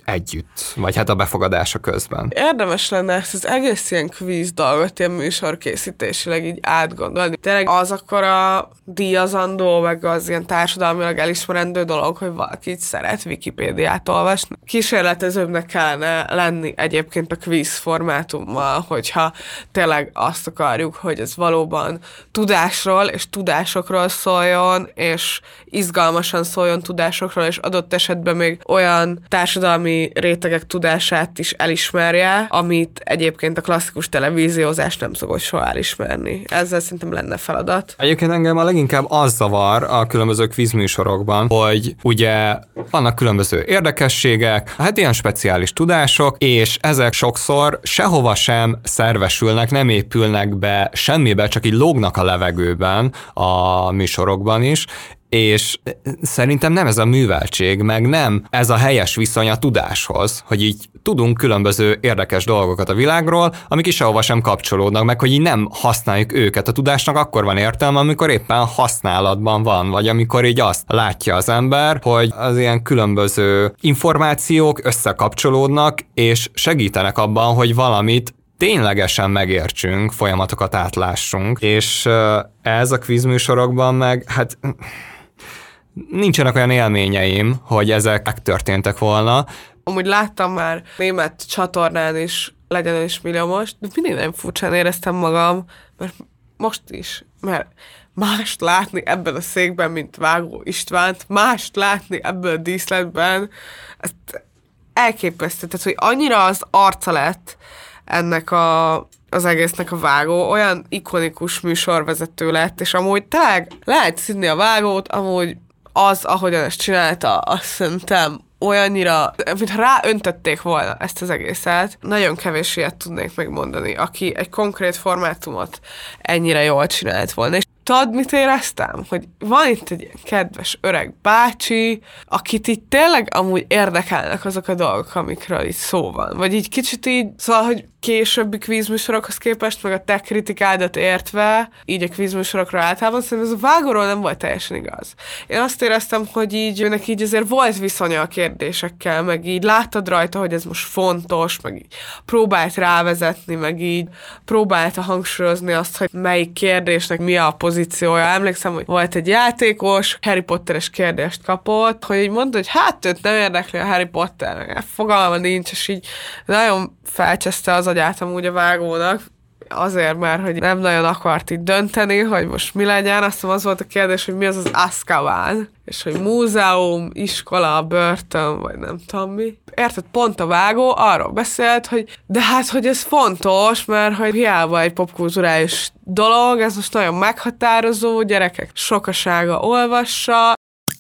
együtt, vagy hát a befogadása közben.
Érdemes lenne ezt az egész ilyen kvíz dolgot, ilyen műsorkészítésileg így átgondolni. Tényleg az akkor a díjazandó, meg az ilyen társadalmilag elismerendő dolog, hogy valaki így szeret Wikipédiát olvasni. Kísérletezőbbnek kellene lenni egyébként a kvíz formátummal, hogyha tényleg azt akarjuk, hogy ez valóban tudásról és tudásokról szóljon, és izgalmasan szóljon tudásokról, és adott esetben még olyan társadalmi rétegek tudását is elismerje, amit egyébként a klasszikus televíziózás nem szokott soha elismerni. Ezzel szerintem lenne feladat.
Egyébként engem a leginkább az zavar a különböző kvízműsorokban, hogy ugye vannak különböző érdekességek, hát ilyen speciális tudások, és ezek sokszor sehova sem szervesülnek, nem épülnek be semmibe, csak így lógnak a levegőben a műsorokban is, és szerintem nem ez a műveltség, meg nem ez a helyes viszony a tudáshoz, hogy így tudunk különböző érdekes dolgokat a világról, amik is sehova sem kapcsolódnak, meg hogy így nem használjuk őket. A tudásnak akkor van értelme, amikor éppen használatban van, vagy amikor így azt látja az ember, hogy az ilyen különböző információk összekapcsolódnak, és segítenek abban, hogy valamit ténylegesen megértsünk, folyamatokat átlássunk, és ez a kvízműsorokban meg, hát nincsenek olyan élményeim, hogy ezek megtörténtek volna.
Amúgy láttam már német csatornán is, legyen is milliómos, de mindig nem furcsán éreztem magam, mert most is, mert mást látni ebben a székben, mint Vágó Istvánt, mást látni ebben a díszletben, ezt elképesztő, tehát hogy annyira az arca lett ennek a, az egésznek a Vágó, olyan ikonikus műsorvezető lett, és amúgy tényleg lehet szidni a Vágót, amúgy az, ahogyan ezt csinálta, azt szerintem olyannyira, mintha ráöntötték volna ezt az egészet. Nagyon kevés ilyet tudnék megmondani, aki egy konkrét formátumot ennyire jól csinált volna. És tudod, mit éreztem? Hogy van itt egy ilyen kedves öreg bácsi, akit így tényleg amúgy érdekelnek azok a dolgok, amikről így szó van. Vagy így kicsit így, szóval, hogy későbbi kvízműsorokhoz képest, meg a te kritikádat értve, így a kvízműsorokra általában, szerintem ez a Vágóról nem volt teljesen igaz. Én azt éreztem, hogy így őnek így azért volt viszonya a kérdésekkel, meg így láttad rajta, hogy ez most fontos, meg így próbált rávezetni, meg így próbálta hangsúlyozni azt, hogy melyik kérdésnek mi a pozíciója. Emlékszem, hogy volt egy játékos, Harry Potteres kérdést kapott, hogy így mondta, hogy hát őt nem érdekli a Harry Potter, fogalma nincs, és így nagyon felcseszte az agyát amúgy a Vágónak, azért, mert hogy nem nagyon akart így dönteni, hogy most mi legyen. Azt hiszem, az volt a kérdés, hogy mi az az Azkaban, és hogy múzeum, iskola, börtön, vagy nem tudom mi. Érted, pont a Vágó arról beszélt, hogy de hát, hogy ez fontos, mert hogy hiába egy popkulturális dolog, ez most nagyon meghatározó, gyerekek sokasága olvassa.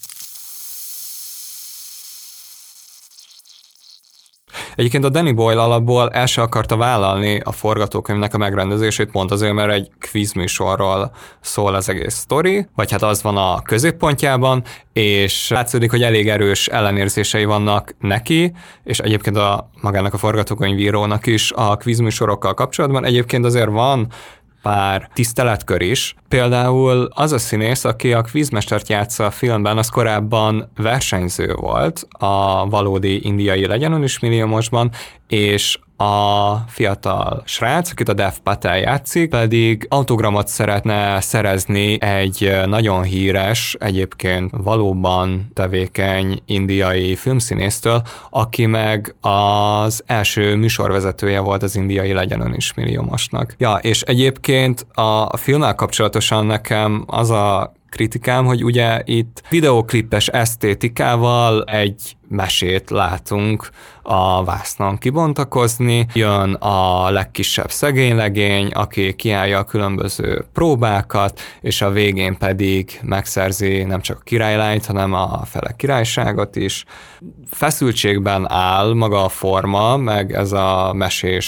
Egyébként a Danny Boyle alapból el se akarta vállalni a forgatókönyvnek a megrendezését, pont azért, mert egy kvízműsorról szól az egész sztori, vagy hát az van a középpontjában, és látszódik, hogy elég erős ellenérzései vannak neki, és egyébként a magának a forgatókönyvírónak is a kvízműsorokkal kapcsolatban. Egyébként azért van pár tiszteletkör is. Például az a színész, aki a kvízmestert játsza a filmben, az korábban versenyző volt a valódi indiai Legyen Ön is milliómosban, és a fiatal srác, akit a Dev Patel játszik, pedig autogramot szeretne szerezni egy nagyon híres, egyébként valóban tevékeny indiai filmszínésztől, aki meg az első műsorvezetője volt az indiai Legyen Ön is milliómosnak. Ja, és egyébként a filmmel kapcsolatosan nekem az a kritikám, hogy ugye itt videóklipes esztétikával egy mesét látunk a vásznon kibontakozni, jön a legkisebb szegénylegény, aki kiállja a különböző próbákat, és a végén pedig megszerzi nem csak a királylányt, hanem a felek királyságot is. Feszültségben áll maga a forma, meg ez a mesés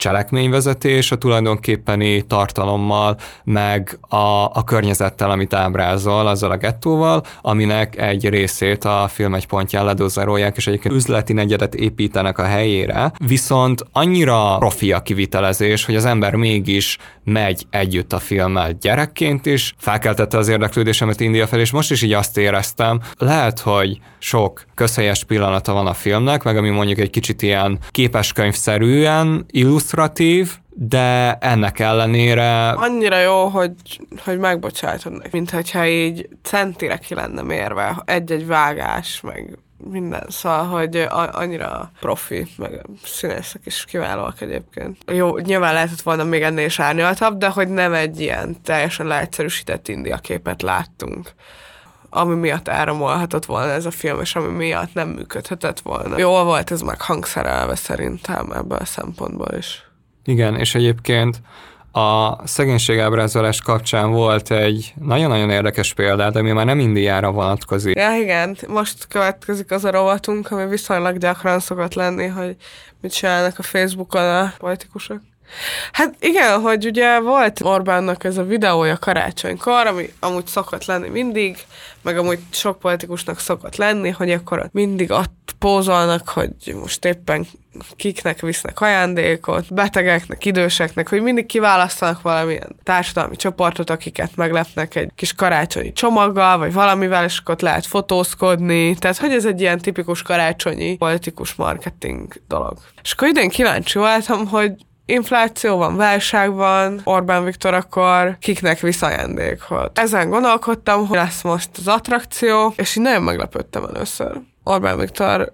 cselekményvezetés a tulajdonképpeni tartalommal, meg a, a környezettel, amit ábrázol, azzal a gettóval, aminek egy részét a film egy pontján ledozerolják, és egyébként üzleti negyedet építenek a helyére, viszont annyira profi a kivitelezés, hogy az ember mégis megy együtt a filmmel gyerekként is, felkeltette az érdeklődésemet India felé, és most is így azt éreztem, lehet, hogy sok közhelyes pillanata van a filmnek, meg ami mondjuk egy kicsit ilyen képeskönyvszerűen illusztratív, de ennek ellenére...
Annyira jó, hogy, hogy megbocsátod neki, mint hogyha így centire ki lenne mérve, egy-egy vágás, meg minden, szóval, hogy annyira profi, meg a színészek is kiválóak egyébként. Jó, nyilván lehetett volna még ennél is árnyaltabb, de hogy nem egy ilyen teljesen leegyszerűsített India képet láttunk, ami miatt áramolhatott volna ez a film, és ami miatt nem működhetett volna. Jól volt ez meg hangszerelve szerintem ebből a szempontból is.
Igen, és egyébként a szegénységábrázolás kapcsán volt egy nagyon-nagyon érdekes példát, ami már nem Indiára vonatkozik.
Ja, igen, most következik az a rovatunk, ami viszonylag gyakran szokott lenni, hogy mit csinálnak a Facebookon a politikusok. Hát igen, hogy ugye volt Orbánnak ez a videója karácsonykor, ami amúgy szokott lenni mindig, meg amúgy sok politikusnak szokott lenni, hogy akkor ott mindig ott pózolnak, hogy most éppen kiknek visznek ajándékot, betegeknek, időseknek, hogy mindig kiválasztanak valamilyen társadalmi csoportot, akiket meglepnek egy kis karácsonyi csomaggal, vagy valamivel, és akkor ott lehet fotózkodni. Tehát, hogy ez egy ilyen tipikus karácsonyi politikus marketing dolog. És akkor idén kíváncsi voltam, hogy infláció van, válság van, Orbán Viktor akkor kiknek visz ajándékot. Ezen gondolkodtam, hogy lesz most az attrakció, és így nagyon meglepődtem először. Orbán Viktor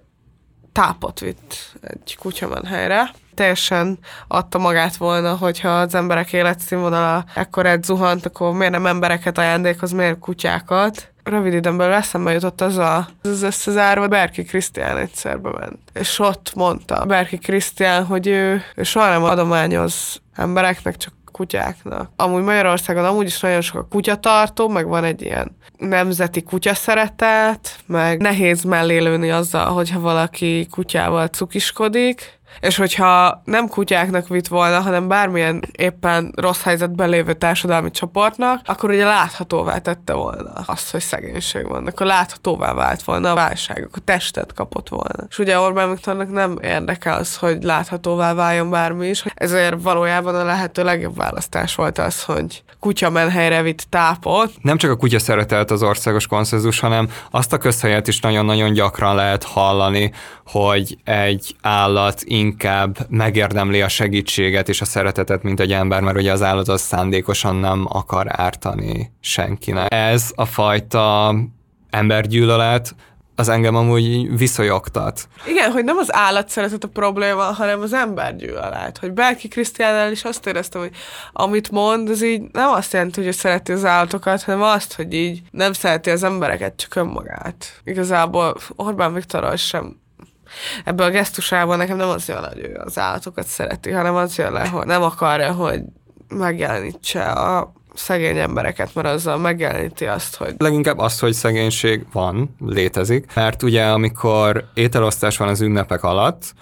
tápot vitt egy kutyamenhelyre. Teljesen adta magát volna, hogyha az emberek életszínvonala ekkorát zuhant, akkor miért nem embereket ajándékoz, miért kutyákat. Rövid időn belül eszembe jutott az a, az összezárva, Berki Krisztián egyszerbe ment. És ott mondta Berki Krisztián, hogy ő, ő soha nem adományoz embereknek, csak kutyáknak. Amúgy Magyarországon amúgy is nagyon sok a kutyatartó, meg van egy ilyen nemzeti kutyaszeretet, meg nehéz mellé lőni azzal, hogyha valaki kutyával cukiskodik, és hogyha nem kutyáknak vitt volna, hanem bármilyen éppen rossz helyzetben lévő társadalmi csoportnak, akkor ugye láthatóvá tette volna azt, hogy szegénység van. Akkor láthatóvá vált volna a válság, akkor testet kapott volna. És ugye Orbán Viktornak nem érdekel az, hogy láthatóvá váljon bármi is, ezért valójában a lehető legjobb választás volt az, hogy kutyamenhelyre vitt tápot.
Nem csak a kutya szeretelt az országos konszenzus, hanem azt a közhelyet is nagyon-nagyon gyakran lehet hallani, hogy egy állat inkább megérdemli a segítséget és a szeretetet, mint egy ember, mert ugye az állat az szándékosan nem akar ártani senkinek. Ez a fajta embergyűlölet az engem amúgy viszonyogtat.
Igen, hogy nem az állat szeretet a probléma, hanem az embergyűlölet. Hogy Berki Krisztiánnál is azt éreztem, hogy amit mond, az így nem azt jelenti, hogy szereti az állatokat, hanem azt, hogy így nem szereti az embereket, csak önmagát. Igazából Orbán Viktorral sem ebből a gesztusában nekem nem az jön, hogy ő az állatokat szereti, hanem az jön le, hogy nem akarja, hogy megjelenítse a szegény embereket, mert azzal megjeleníti azt, hogy...
Leginkább az, hogy szegénység van, létezik, mert ugye amikor ételosztás van az ünnepek alatt,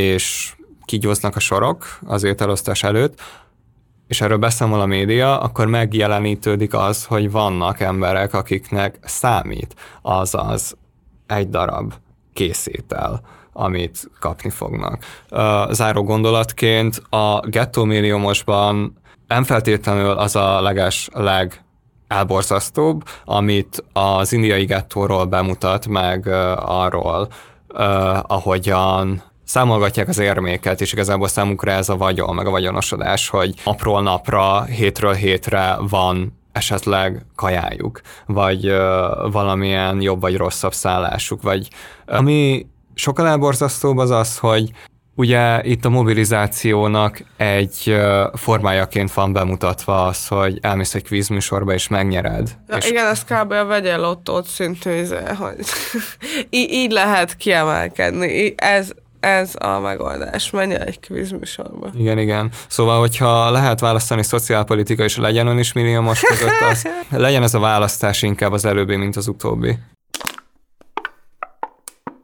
és kigyóznak a sorok az ételosztás előtt, és erről beszámol a média, akkor megjelenítődik az, hogy vannak emberek, akiknek számít azaz egy darab készétel, amit kapni fognak. Záró gondolatként a Gettó Milliómosban nem feltétlenül az a leges legelborzasztóbb, amit az indiai gettóról bemutat, meg arról, ahogyan számolgatják az érméket, és igazából számukra ez a vagyon, meg a vagyonosodás, hogy napról napra, hétről hétre van esetleg kajájuk, vagy uh, valamilyen jobb vagy rosszabb szállásuk, vagy ami sokkal elborzasztóbb az az, hogy ugye itt a mobilizációnak egy uh, formájaként van bemutatva az, hogy elmész egy kvízműsorba és megnyered.
Ja,
és
igen, ez kb. A vegyél lottót szintű, hogy így, így lehet kiemelkedni. Ez Ez a megoldás. Menj egy kvízműsorba.
Igen, igen. Szóval, hogyha lehet választani szociálpolitika, és legyen ön is milliómos között, az legyen ez a választás inkább az előbbi, mint az utóbbi.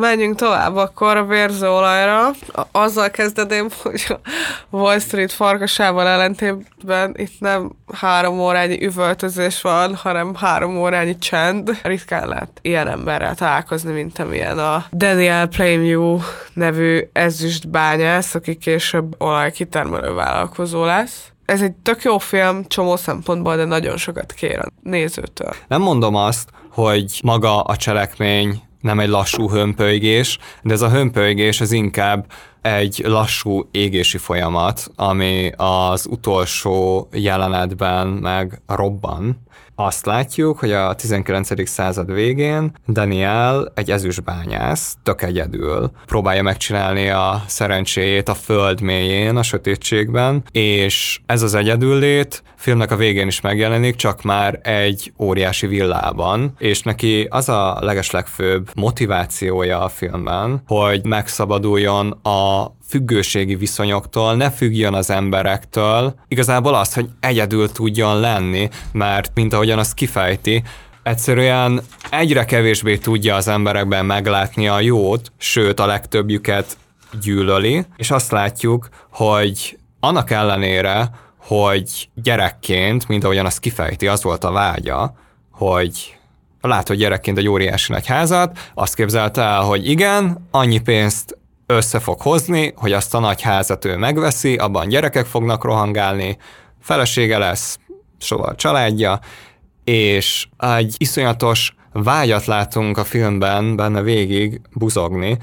Menjünk tovább akkor a vérzőolajra. Azzal kezdeném, hogy a Wall Street farkasával ellentétben itt nem három órányi üvöltözés van, hanem három órányi csend. Ritkán lehet ilyen emberrel találkozni, mint amilyen a Daniel Plainview nevű ezüstbányász, aki később olajkitermelő vállalkozó lesz. Ez egy tök jó film csomó szempontból, de nagyon sokat kér a nézőtől.
Nem mondom azt, hogy maga a cselekmény nem egy lassú hömpölygés, de ez a hömpölygés az inkább egy lassú égési folyamat, ami az utolsó jelenetben meg robban. Azt látjuk, hogy a tizenkilencedik század végén Daniel egy ezüstbányász, tök egyedül próbálja megcsinálni a szerencséjét a föld mélyén, a sötétségben, és ez az egyedüllét filmnek a végén is megjelenik, csak már egy óriási villában, és neki az a legeslegfőbb motivációja a filmben, hogy megszabaduljon a függőségi viszonyoktól, ne függjön az emberektől, igazából az, hogy egyedül tudjon lenni, mert mint ahogyan azt kifejti, egyszerűen egyre kevésbé tudja az emberekben meglátni a jót, sőt a legtöbbjüket gyűlöli, és azt látjuk, hogy annak ellenére, hogy gyerekként, mint ahogyan azt kifejti, az volt a vágya, hogy látott gyerekként egy óriási nagy házat, azt képzelte el, hogy igen, annyi pénzt össze fog hozni, hogy azt a nagy házat ő megveszi, abban gyerekek fognak rohangálni, felesége lesz, soha a családja, és egy iszonyatos vágyat látunk a filmben benne végig buzogni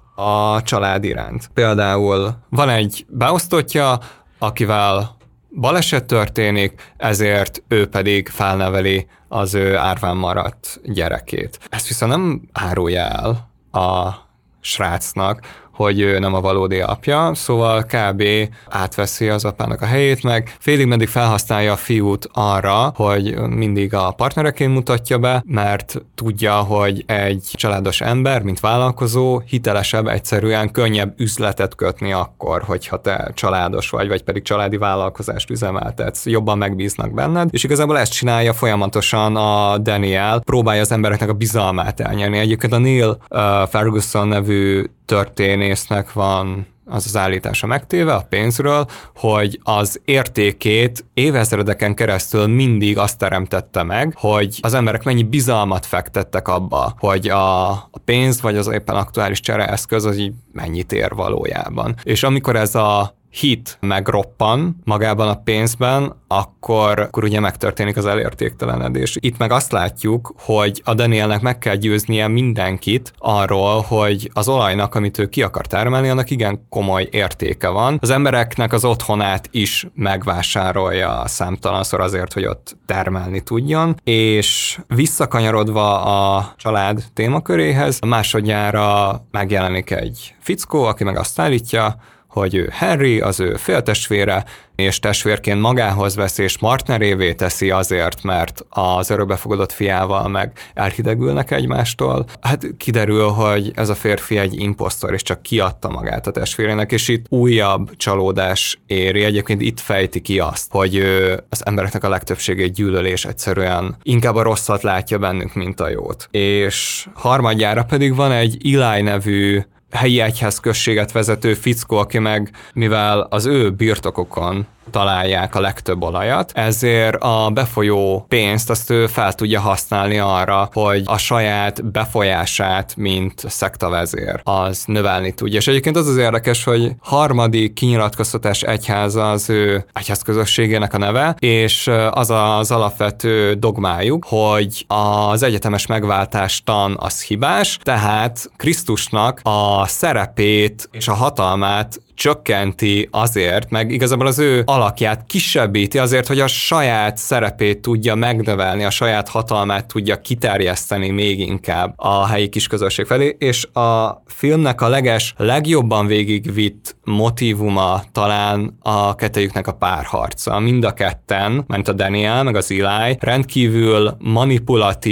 a család iránt. Például van egy beosztottja, akivel baleset történik, ezért ő pedig felneveli az ő árván maradt gyerekét. Ezt viszont nem árulja el a srácnak, hogy ő nem a valódi apja, szóval kb. Átveszi az apának a helyét, meg félig meddig felhasználja a fiút arra, hogy mindig a partnereként mutatja be, mert tudja, hogy egy családos ember, mint vállalkozó, hitelesebb, egyszerűen könnyebb üzletet kötni akkor, hogyha te családos vagy, vagy pedig családi vállalkozást üzemeltetsz, jobban megbíznak benned, és igazából ezt csinálja folyamatosan a Daniel, próbálja az embereknek a bizalmát elnyerni. Egyébként a Neil uh, Ferguson nevű történésznek van az az állítása megtéve a pénzről, hogy az értékét évezredeken keresztül mindig azt teremtette meg, hogy az emberek mennyi bizalmat fektettek abba, hogy a, a pénz vagy az éppen aktuális csereeszköz az így mennyit ér valójában. És amikor ez a hit megroppan magában a pénzben, akkor, akkor ugye megtörténik az elértéktelenedés. Itt meg azt látjuk, hogy a Danielnek meg kell győznie mindenkit arról, hogy az olajnak, amit ő ki akar termelni, annak igen komoly értéke van. Az embereknek az otthonát is megvásárolja számtalanszor azért, hogy ott termelni tudjon, és visszakanyarodva a család témaköréhez, másodjára megjelenik egy fickó, aki meg azt állítja, hogy ő Henry, az ő féltestvére, és testvérként magához vesz és partnerévé teszi azért, mert az örökbefogadott fiával meg elhidegülnek egymástól. Hát kiderül, hogy ez a férfi egy imposztor, és csak kiadta magát a testvérének, és itt újabb csalódás éri. Egyébként itt fejti ki azt, hogy ő az embereknek a legtöbbségét gyűlölés egyszerűen inkább a rosszat látja bennünk, mint a jót. És harmadjára pedig van egy Eli nevű helyi egyházközséget vezető fickó, aki meg, mivel az ő birtokokon találják a legtöbb olajat, ezért a befolyó pénzt azt ő fel tudja használni arra, hogy a saját befolyását, mint szektavezér, az növelni tudja. És egyébként az az érdekes, hogy harmadik kinyilatkoztatás egyháza az ő egyházközösségének a neve, és az az alapvető dogmájuk, hogy az egyetemes megváltástan az hibás, tehát Krisztusnak a szerepét és a hatalmát csökkenti azért, meg igazából az ő alakját kisebbíti azért, hogy a saját szerepét tudja megnövelni, a saját hatalmát tudja kiterjeszteni még inkább a helyi kisközösség felé, és a filmnek a leges, legjobban végigvitt motívuma talán a kettejüknek a párharca. Mind a ketten, mint a Daniel, meg az Eli, rendkívül manipulatív,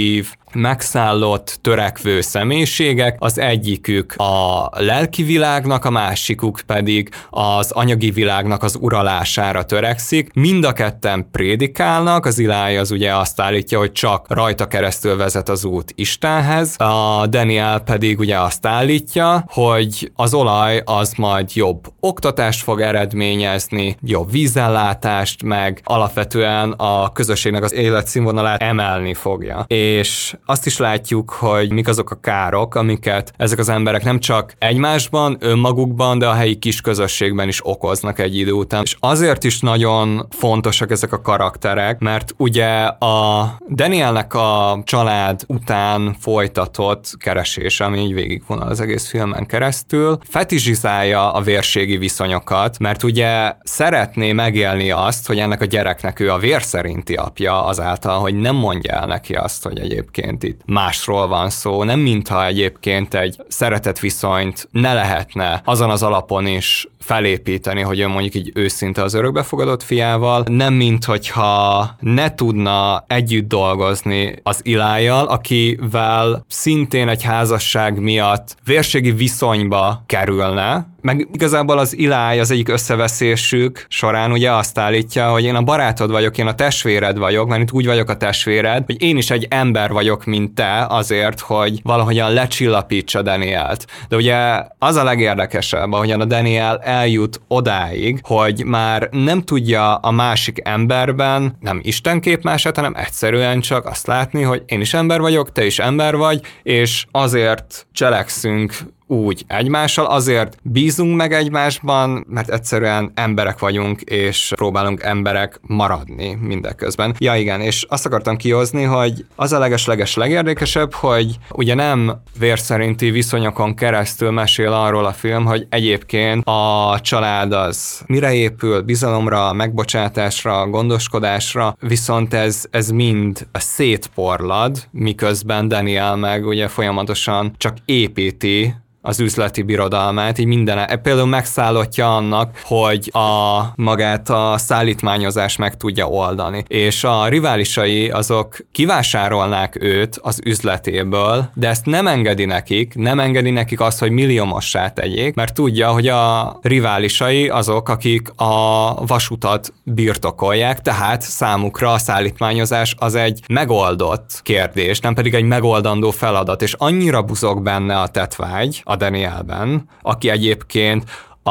megszállott, törekvő személyiségek, az egyikük a lelki világnak, a másikuk pedig az anyagi világnak az uralására törekszik. Mind a ketten prédikálnak, az Eli az ugye azt állítja, hogy csak rajta keresztül vezet az út Istenhez, a Daniel pedig ugye azt állítja, hogy az olaj az majd jobb oktatást fog eredményezni, jobb vízellátást, meg alapvetően a közösségnek az életszínvonalát emelni fogja. És azt is látjuk, hogy mik azok a károk, amiket ezek az emberek nem csak egymásban, önmagukban, de a helyi kis közösségben is okoznak egy idő után. És azért is nagyon fontosak ezek a karakterek, mert ugye a Danielnek a család után folytatott keresés, ami így végigvonal az egész filmen keresztül, fetizsizálja a vérségi viszonyokat, mert ugye szeretné megélni azt, hogy ennek a gyereknek ő a vér szerinti apja azáltal, hogy nem mondja el neki azt, hogy egyébként itt másról van szó, nem mintha egyébként egy szeretetviszonyt ne lehetne azon az alapon is felépíteni, hogy ő mondjuk így őszinte az örökbefogadott fiával, nem minthogyha ne tudna együtt dolgozni az Elivel, akivel szintén egy házasság miatt vérségi viszonyba kerülne, meg igazából az Eli az egyik összeveszésük során ugye azt állítja, hogy én a barátod vagyok, én a testvéred vagyok, mert itt úgy vagyok a testvéred, hogy én is egy ember vagyok, mint te, azért, hogy valahogyan lecsillapítsa Danielt. De ugye az a legérdekesebb, ahogyan a Daniel eljut odáig, hogy már nem tudja a másik emberben nem istenképmását, hanem egyszerűen csak azt látni, hogy én is ember vagyok, te is ember vagy, és azért cselekszünk úgy egymással, azért bízunk meg egymásban, mert egyszerűen emberek vagyunk, és próbálunk emberek maradni mindeközben. Ja igen, és azt akartam kihozni, hogy az a leges-leges legérdekesebb, hogy ugye nem vérszerinti viszonyokon keresztül mesél arról a film, hogy egyébként a család az mire épül, bizalomra, megbocsátásra, gondoskodásra, viszont ez, ez mind szétporlad, miközben Daniel meg ugye folyamatosan csak építi az üzleti birodalmát, így minden, például megszállottja annak, hogy a magát a szállítmányozást meg tudja oldani. És a riválisai azok kivásárolnák őt az üzletéből, de ezt nem engedi nekik, nem engedi nekik azt, hogy milliómossá tegyék, mert tudja, hogy a riválisai azok, akik a vasutat birtokolják, tehát számukra a szállítmányozás az egy megoldott kérdés, nem pedig egy megoldandó feladat, és annyira buzog benne a tettvágy, a Danielben, aki egyébként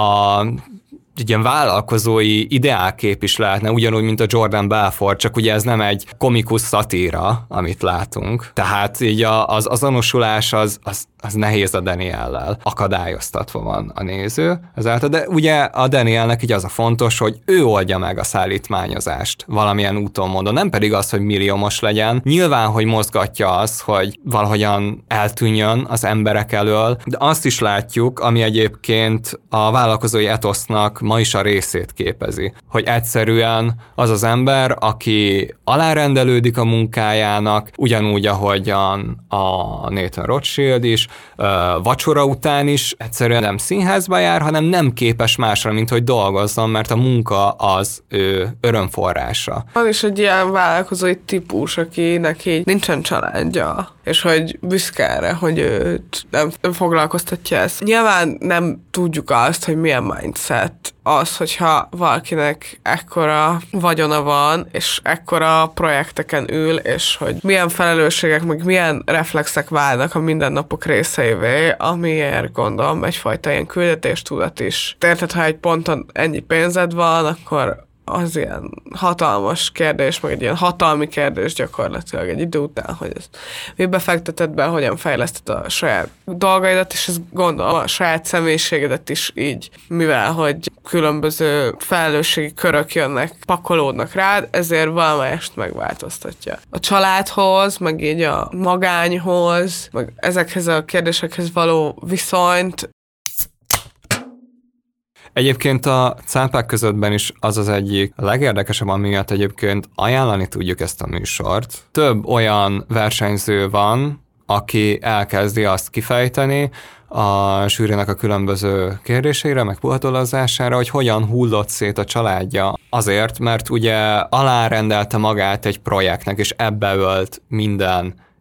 a egy ilyen vállalkozói ideálkép is lehetne, ugyanúgy, mint a Jordan Belfort, csak ugye ez nem egy komikus szatíra, amit látunk. Tehát így a, az azonosulás az, az, az nehéz a Daniellel. Akadályoztatva van a néző ezáltal, de ugye a Danielnek így az a fontos, hogy ő oldja meg a szállítmányozást valamilyen úton, módon, nem pedig az, hogy milliómos legyen. Nyilván, hogy mozgatja az, hogy valahogyan eltűnjön az emberek elől, de azt is látjuk, ami egyébként a vállalkozói etosznak ma is a részét képezi. Hogy egyszerűen az az ember, aki alárendelődik a munkájának, ugyanúgy, ahogyan a Nathan Rothschild is, vacsora után is egyszerűen nem színházba jár, hanem nem képes másra, mint hogy dolgozzon, mert a munka az ő örömforrása.
Van is egy ilyen vállalkozói típus, akinek így nincsen családja, és hogy büszke erre, hogy őt nem, nem foglalkoztatja ezt. Nyilván nem tudjuk azt, hogy milyen mindset az, hogyha valakinek ekkora vagyona van, és ekkora projekteken ül, és hogy milyen felelősségek, meg milyen reflexek válnak a mindennapok részeivé, amiért gondolom egyfajta ilyen küldetéstudat is. Érted, ha egy ponton ennyi pénzed van, akkor az ilyen hatalmas kérdés, meg egy ilyen hatalmi kérdés gyakorlatilag egy idő után, hogy ezt mibe fekteted be, hogyan fejleszted a saját dolgaidat, és ezt gondolom a saját személyiségedet is így, mivel hogy különböző felelősségi körök jönnek, pakolódnak rád, ezért valamelyest megváltoztatja. A családhoz, meg így a magányhoz, meg ezekhez a kérdésekhez való viszonyt.
Egyébként a cápák közöttben is az az egyik legérdekesebb, amiatt egyébként ajánlani tudjuk ezt a műsort. Több olyan versenyző van, aki elkezdi azt kifejteni a zsűrinek a különböző kérdéseire, meg puhatolazására, hogy hogyan hullott szét a családja. Azért, mert ugye alárendelte magát egy projektnek, és ebbe ölt minden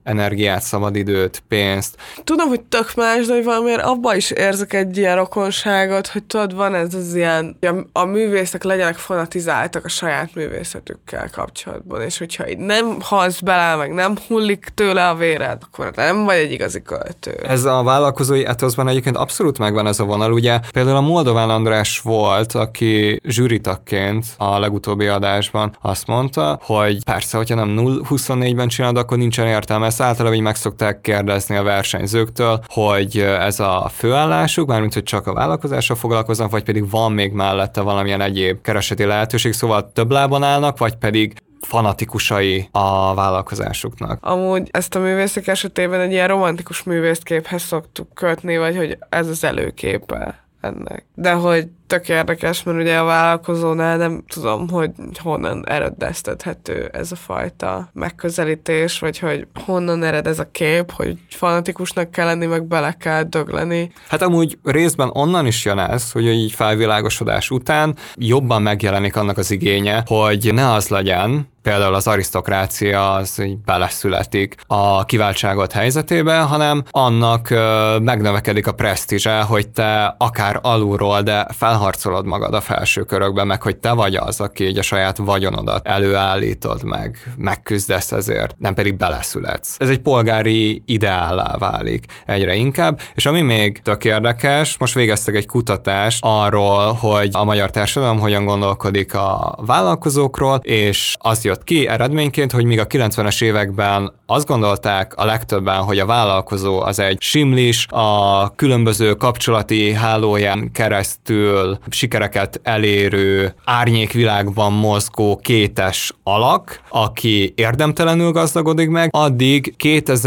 energiát, szabadidőt, pénzt.
Tudom, hogy tök más, de hogy valamiért abban is érzek egy ilyen rokonságot, hogy tudod, van ez az ilyen, hogy a, a művészek legyenek fanatizáltak a saját művészetükkel kapcsolatban, és hogyha így nem halsz bele, meg nem hullik tőle a véred, akkor nem vagy egy igazi költő.
Ez a vállalkozói etoszban egyébként abszolút megvan ez a vonal. Ugye például a Moldován András volt, aki zsűritagként a legutóbbi adásban azt mondta, hogy persze, hogyha nem nulla huszonnégyben csinálod, akkor nincsen értelme. Ezt általában így meg szokták kérdezni a versenyzőktől, hogy ez a főállásuk, mármint, hogy csak a vállalkozással foglalkoznak, vagy pedig van még mellette valamilyen egyéb kereseti lehetőség, szóval több lábon állnak, vagy pedig fanatikusai a vállalkozásuknak.
Amúgy ezt a művészek esetében egy ilyen romantikus művészképhez szoktuk kötni, vagy hogy ez az előképe ennek. De hogy tök érdekes, mert ugye a vállalkozónál nem tudom, hogy honnan eredeztethető ez a fajta megközelítés, vagy hogy honnan ered ez a kép, hogy fanatikusnak kell lenni, meg bele kell dögleni.
Hát amúgy részben onnan is jön ez, hogy így felvilágosodás után jobban megjelenik annak az igénye, hogy ne az legyen, például az arisztokrácia az így beleszületik a kiváltságot helyzetébe, hanem annak ö, megnövekedik a presztízse, hogy te akár alulról, de felharcolod magad a felső körökben, meg hogy te vagy az, aki így a saját vagyonodat előállítod meg, megküzdesz ezért, nem pedig beleszületsz. Ez egy polgári ideállá válik egyre inkább, és ami még tök érdekes, most végeztek egy kutatást arról, hogy a magyar társadalom hogyan gondolkodik a vállalkozókról, és az jött ki eredményként, hogy míg a kilencvenes években azt gondolták a legtöbben, hogy a vállalkozó az egy simlis, a különböző kapcsolati hálóján keresztül sikereket elérő, árnyékvilágban mozgó kétes alak, aki érdemtelenül gazdagodik meg, addig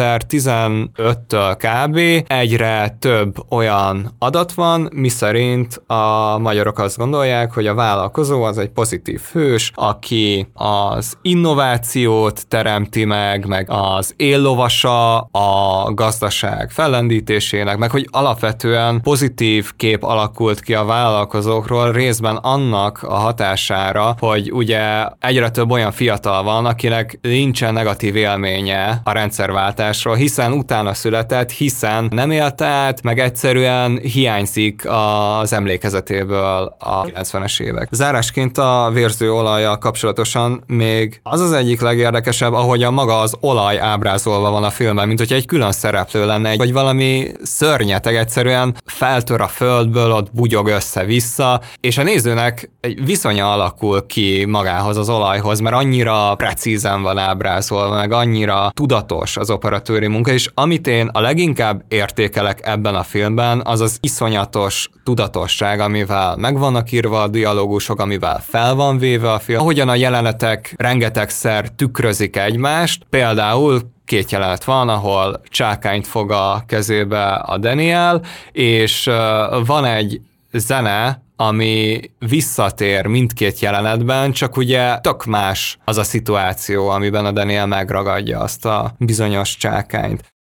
kétezer-tizenöttől kb. Egyre több olyan adat van, miszerint a magyarok azt gondolják, hogy a vállalkozó az egy pozitív hős, aki az innovációt teremti meg, meg az éllovasa a gazdaság fellendítésének, meg hogy alapvetően pozitív kép alakult ki a vállalkozókról részben annak a hatására, hogy ugye egyre több olyan fiatal van, akinek nincsen negatív élménye a rendszerváltásról, hiszen utána született, hiszen nem élt át, meg egyszerűen hiányzik az emlékezetéből a kilencvenes évek. Zárásként a vérző olajjal kapcsolatosan még az az egyik legérdekesebb, ahogy a maga az olaj ábrázolva van a filmben, mint hogyha egy külön szereplő lenne, vagy valami szörnyeteg egyszerűen feltör a földből, ott bugyog össze-vissza, és a nézőnek egy viszonya alakul ki magához az olajhoz, mert annyira precízen van ábrázolva, meg annyira tudatos az operatőri munka, és amit én a leginkább értékelek ebben a filmben, az az iszonyatos tudatosság, amivel meg vannak írva a dialógusok, amivel fel van véve a film, ahogyan a jelenetek rengetegszer tükrözik egymást, például két jelenet van, ahol csákányt fog a kezébe a Daniel, és uh, van egy zene, ami visszatér mindkét jelenetben, csak ugye tök más az a szituáció, amiben a Daniel megragadja azt a bizonyos csákányt.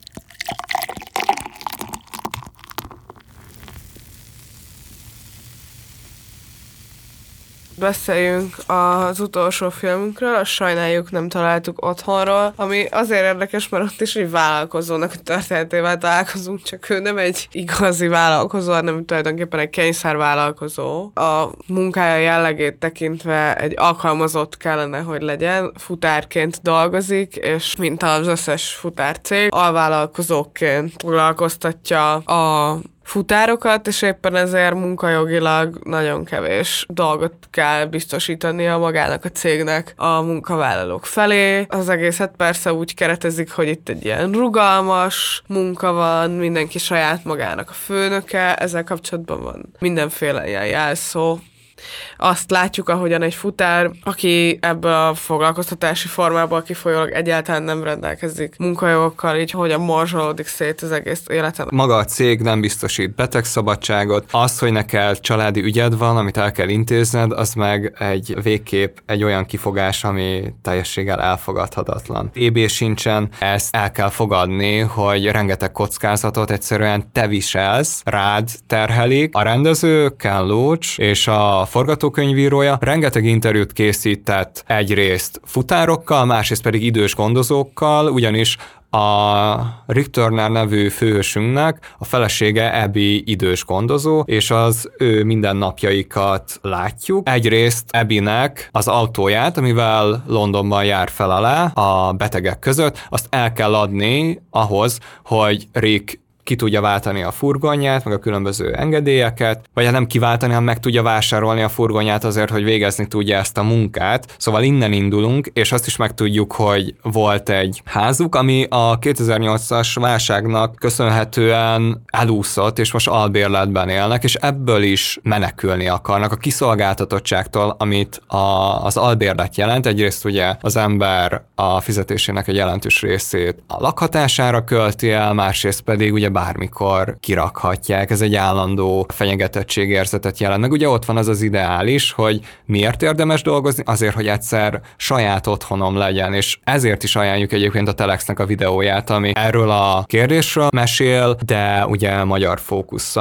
Beszéljünk az utolsó filmünkről, a Sajnáljuk, nem találtuk otthonról, ami azért érdekes, mert ott is egy vállalkozónak a történetével találkozunk, csak ő nem egy igazi vállalkozó, hanem tulajdonképpen egy kényszervállalkozó. A munkája jellegét tekintve egy alkalmazott kellene, hogy legyen, futárként dolgozik, és mint az összes futárcég, alvállalkozóként foglalkoztatja a futárokat, és éppen ezért munkajogilag nagyon kevés dolgot kell biztosítania magának a cégnek a munkavállalók felé. Az egészet persze úgy keretezik, hogy itt egy ilyen rugalmas munka van, mindenki saját magának a főnöke, ezzel kapcsolatban van mindenféle ilyen jelszó. Azt látjuk, ahogyan egy futár, aki ebből a foglalkoztatási formából kifolyólag egyáltalán nem rendelkezik munkajogokkal, így hogyan morzsolódik szét az egész életen.
Maga a cég nem biztosít betegszabadságot, az, hogy neked családi ügyed van, amit el kell intézned, az meg egy végképp egy olyan kifogás, ami teljességgel elfogadhatatlan. té bé sincsen, ezt el kell fogadni, hogy rengeteg kockázatot egyszerűen te viselsz, rád terhelik. A rendező, Ken Loach, és a forgatókönyvírója rengeteg interjút készített egyrészt futárokkal, másrészt pedig idős gondozókkal, ugyanis A Rick Turner nevű főhősünknek a felesége Abby idős gondozó, és az ő mindennapjaikat látjuk. Egyrészt Abbynek az autóját, amivel Londonban jár fel alá a betegek között, azt el kell adni ahhoz, hogy Rick ki tudja váltani a furgonját, meg a különböző engedélyeket, vagy hát nem kiváltani, hanem meg tudja vásárolni a furgonját azért, hogy végezni tudja ezt a munkát. Szóval innen indulunk, és azt is megtudjuk, hogy volt egy házuk, ami a kétezer-nyolcas válságnak köszönhetően elúszott, és most albérletben élnek, és ebből is menekülni akarnak a kiszolgáltatottságtól, amit a, az albérlet jelent. Egyrészt ugye az ember a fizetésének egy jelentős részét a lakhatására költi el, másrészt pedig ugye bármikor kirakhatják, ez egy állandó fenyegetettségérzetet jelent. Meg ugye ott van az az ideális, hogy miért érdemes dolgozni? Azért, hogy egyszer saját otthonom legyen, és ezért is ajánljuk egyébként a Telexnek a videóját, ami erről a kérdésről mesél, de ugye magyar fókusszal.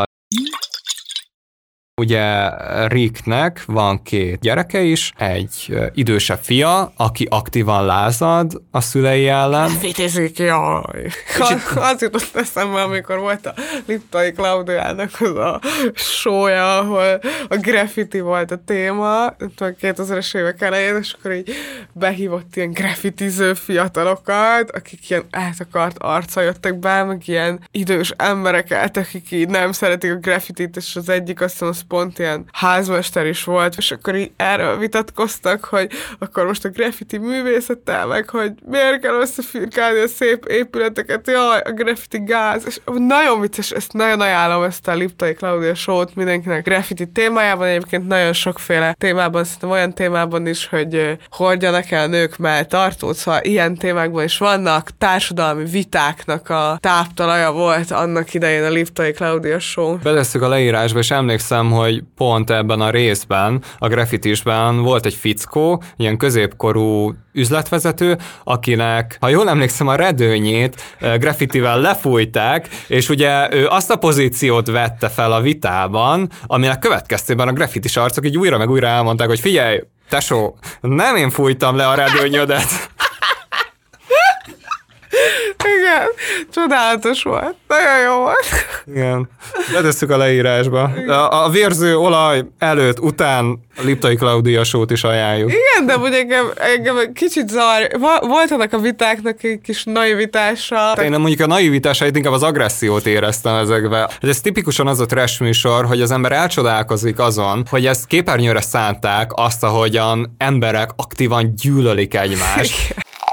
Ugye Ricknek van két gyereke is, egy idősebb fia, aki aktívan lázad a szülei ellen.
Vitézik, jaj. Az jutott eszembe, amikor volt a Liptai Klaudiának az a show-ja, ahol a graffiti volt a téma, a kétezres évek elején, és akkor így behívott ilyen graffitiző fiatalokat, akik ilyen eltakart arccal jöttek be, meg ilyen idős embereket, akik így nem szeretik a graffitit, és az egyik azt hiszem, pont ilyen házmester is volt, és akkor így erről vitatkoztak, hogy akkor most a graffiti művészettel, meg hogy miért kell összefirkálni a szép épületeket, jaj, a graffiti gáz, és nagyon vicces, ezt nagyon ajánlom, ezt a Liptai Klaudia show-t mindenkinek graffiti témájában, egyébként nagyon sokféle témában, szerintem olyan témában is, hogy hordjanak el nők melltartót, szóval ilyen témákban is vannak, társadalmi vitáknak a táptalaja volt annak idején a Liptai Klaudia show.
Belesszük a leírásba, és emlékszem, hogy pont ebben a részben, a graffitisben volt egy fickó, ilyen középkorú üzletvezető, akinek, ha jól emlékszem, a redőnyét graffitivel lefújták, és ugye ő azt a pozíciót vette fel a vitában, aminek következtében a graffitis arcok így újra meg újra elmondták, hogy figyelj, tesó, nem én fújtam le a redőnyödet.
Igen, csodálatos volt. Nagyon jó volt.
Igen. Letesszük a leírásba. A, a vérző olaj előtt, után a Liptai Klaudia show-t is ajánljuk.
Igen, de ugye engem, engem kicsit zavar. Volt ennek a vitáknak egy kis naivitása.
Én nem mondjuk a naivitásait, inkább az agressziót éreztem ezekbe. Ez tipikusan az a trash műsor, hogy az ember elcsodálkozik azon, hogy ezt képernyőre szánták azt, ahogyan emberek aktívan gyűlölik egymást.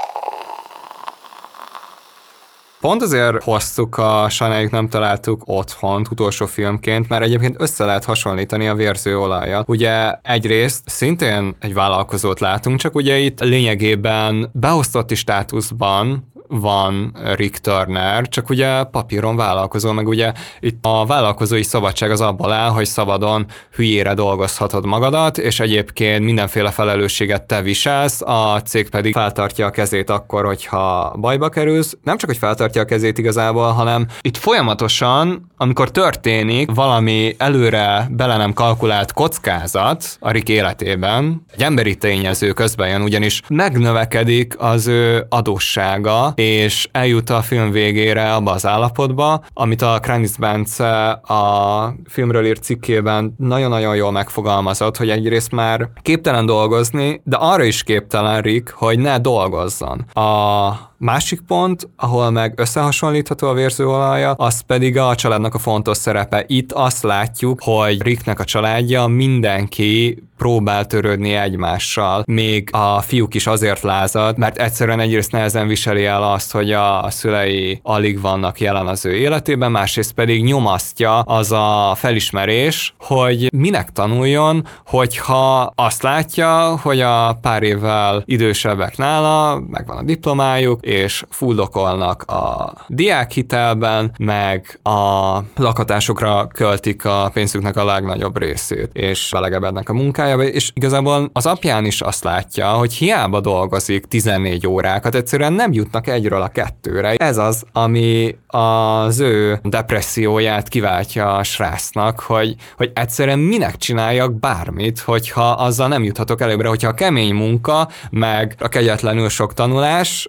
Pont azért hoztuk a Sajnáljuk nem találtuk otthont utolsó filmként, mert egyébként össze lehet hasonlítani a Vérző olajjal. Ugye egyrészt szintén egy vállalkozót látunk, csak ugye itt lényegében beosztotti státuszban van Rick Turner, csak ugye papíron vállalkozó, meg ugye itt a vállalkozói szabadság az abból áll, hogy szabadon hülyére dolgozhatod magadat, és egyébként mindenféle felelősséget te viselsz, a cég pedig feltartja a kezét akkor, hogyha bajba kerülsz. Nem csak, hogy feltartja a kezét igazából, hanem itt folyamatosan, amikor történik valami előre bele nem kalkulált kockázat a Rick életében, egy emberi tényező közben jön, ugyanis megnövekedik az ő adóssága, és eljut a film végére abba az állapotba, amit a Kranitz Bence a filmről írt cikkében nagyon-nagyon jól megfogalmazott, hogy egyrészt már képtelen dolgozni, de arra is képtelen Rick, hogy ne dolgozzon. A másik pont, ahol meg összehasonlítható a Vérző olajja, az pedig a családnak a fontos szerepe. Itt azt látjuk, hogy Ricknek a családja mindenki próbál törődni egymással. Még a fiúk is azért lázad, mert egyszerűen egyrészt nehezen viseli el azt, hogy a szülei alig vannak jelen az ő életében, másrészt pedig nyomasztja az a felismerés, hogy minek tanuljon, hogyha azt látja, hogy a pár évvel idősebbek nála, megvan a diplomájuk, és fuldokolnak a diákhitelben, meg a lakhatásokra költik a pénzüknek a legnagyobb részét, és belegebednek a munkájába, és igazából az apján is azt látja, hogy hiába dolgozik tizennégy órákat, egyszerűen nem jutnak egyről a kettőre. Ez az, ami az ő depresszióját kiváltja a srácnak, hogy, hogy egyszerűen minek csináljak bármit, hogyha azzal nem juthatok előbbre, hogyha a kemény munka, meg a kegyetlenül sok tanulás ennek a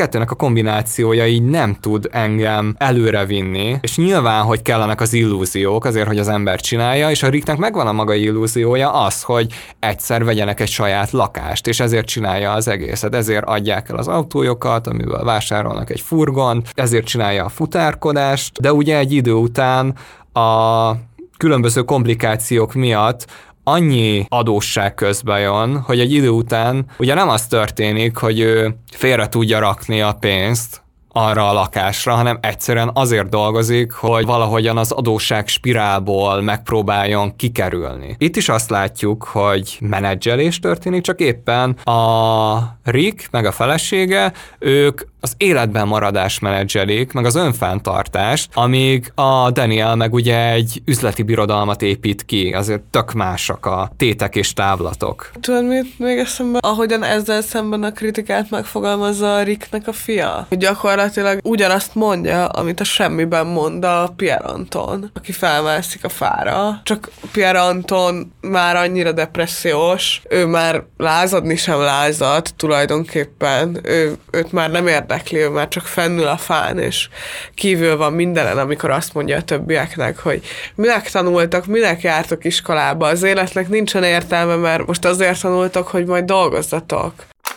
kettőnek a kombinációja így nem tud engem előrevinni, és nyilván, hogy kellenek az illúziók azért, hogy az ember csinálja, és a Ricknek megvan a maga illúziója az, hogy egyszer vegyenek egy saját lakást, és ezért csinálja az egészet, ezért adják el az autójukat, amiből vásárolnak egy furgont, ezért csinálja a futárkodást, de ugye egy idő után a különböző komplikációk miatt annyi adósság közbe jön, hogy egy idő után ugye nem az történik, hogy ő félre tudja rakni a pénzt arra a lakásra, hanem egyszerűen azért dolgozik, hogy valahogyan az adósság spirálból megpróbáljon kikerülni. Itt is azt látjuk, hogy menedzselés történik, csak éppen a Rick meg a felesége, ők az életben maradás menedzselik, meg az önfenntartást, amíg a Daniel meg ugye egy üzleti birodalmat épít ki, azért tök másak a tétek és távlatok.
Tudod, mit még eszembe? Ahogyan ezzel szemben a kritikát megfogalmazza a Ricknek a fia. Hogy gyakorlatilag ugyanazt mondja, amit a semmiben mond a Pierre Anton, aki felmászik a fára. Csak Pierre Anton már annyira depressziós, ő már lázadni sem lázad tulajdonképpen, ő, őt már nem érdekli, ő már csak fennül a fán, és kívül van mindenen, amikor azt mondja a többieknek, hogy minek tanultak, minek jártok iskolába, az életnek nincsen értelme, mert most azért tanultok, hogy majd dolgozzatok.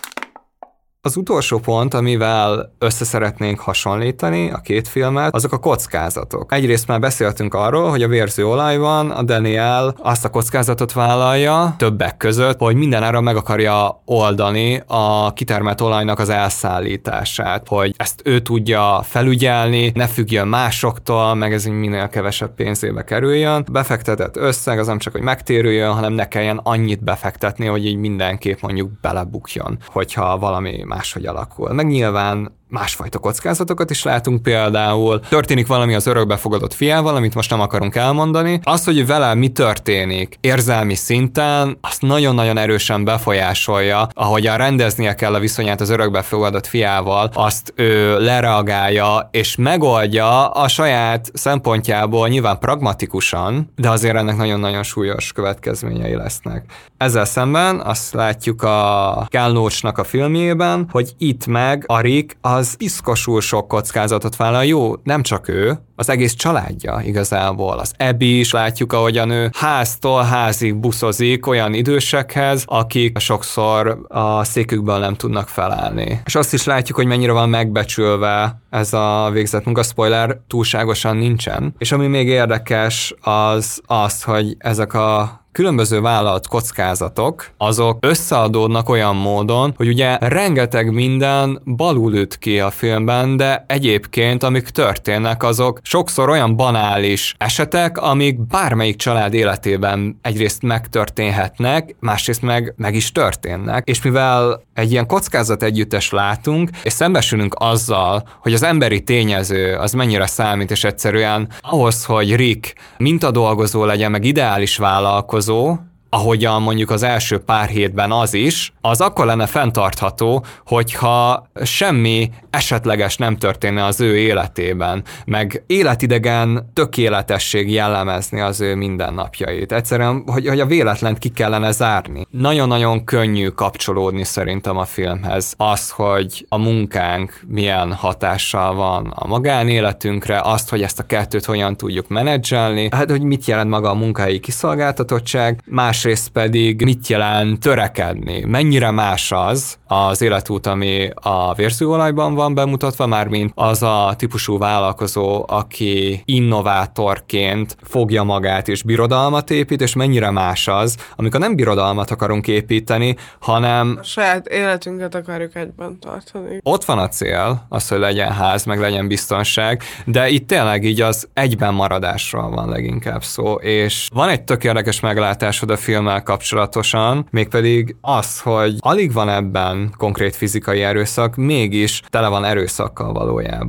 Az utolsó pont, amivel össze szeretnénk hasonlítani a két filmet, azok a kockázatok. Egyrészt már beszéltünk arról, hogy a Vérző olajban a Daniel azt a kockázatot vállalja többek között, hogy mindenáron meg akarja oldani a kitermelt olajnak az elszállítását, hogy ezt ő tudja felügyelni, ne függjön másoktól, meg ez minél kevesebb pénzébe kerüljön. Befektetett összeg az nem csak, hogy megtérüljön, hanem ne kelljen annyit befektetni, hogy így mindenképp mondjuk belebukjon, hogyha valami máshogy alakul. Meg nyilván másfajta kockázatokat is látunk, például történik valami az örökbefogadott fiával, amit most nem akarunk elmondani. Az, hogy vele mi történik érzelmi szinten, azt nagyon-nagyon erősen befolyásolja, ahogyan rendeznie kell a viszonyát az örökbefogadott fiával, azt ő lereagálja és megoldja a saját szempontjából nyilván pragmatikusan, de azért ennek nagyon-nagyon súlyos következményei lesznek. Ezzel szemben azt látjuk a Cal Loachnak a filmjében, hogy itt meg a Rick az piszkosul sok kockázatot vállal. Jó, nem csak ő, az egész családja igazából. Az Abby is látjuk, ahogyan ő háztól házig buszozik olyan idősekhez, akik sokszor a székükből nem tudnak felállni. És azt is látjuk, hogy mennyire van megbecsülve ez a végzett munka, spoiler túlságosan nincsen. És ami még érdekes, az az, hogy ezek a különböző vállalt kockázatok, azok összeadódnak olyan módon, hogy ugye rengeteg minden balul üt ki a filmben, de egyébként amik történnek, azok sokszor olyan banális esetek, amik bármelyik család életében egyrészt megtörténhetnek, másrészt meg meg is történnek. És mivel egy ilyen kockázat együttes látunk, és szembesülünk azzal, hogy az emberi tényező az mennyire számít, és egyszerűen ahhoz, hogy Rick mintadolgozó legyen, meg ideális vállalkozó, ahogyan mondjuk az első pár hétben az is, az akkor lenne fenntartható, hogyha semmi esetleges nem történne az ő életében, meg életidegen tökéletesség jellemezni az ő mindennapjait. Egyszerűen, hogy, hogy a véletlent ki kellene zárni. Nagyon-nagyon könnyű kapcsolódni szerintem a filmhez. Az, hogy a munkánk milyen hatással van a magánéletünkre, azt, hogy ezt a kettőt hogyan tudjuk menedzselni, hát, hogy mit jelent maga a munkahelyi kiszolgáltatottság, más másrészt pedig mit jelent törekedni, mennyire más az az életút, ami a Vérzőolajban van bemutatva, mármint az a típusú vállalkozó, aki innovátorként fogja magát és birodalmat épít, és mennyire más az, amikor nem birodalmat akarunk építeni, hanem
a saját életünket akarjuk egyben tartani.
Ott van a cél, az, hogy legyen ház, meg legyen biztonság, de itt tényleg így az egyben maradásról van leginkább szó, és van egy tök érdekes meglátásod a filmmel kapcsolatosan, mégpedig az, hogy alig van ebben konkrét fizikai erőszak, mégis tele van erőszakkal valójában.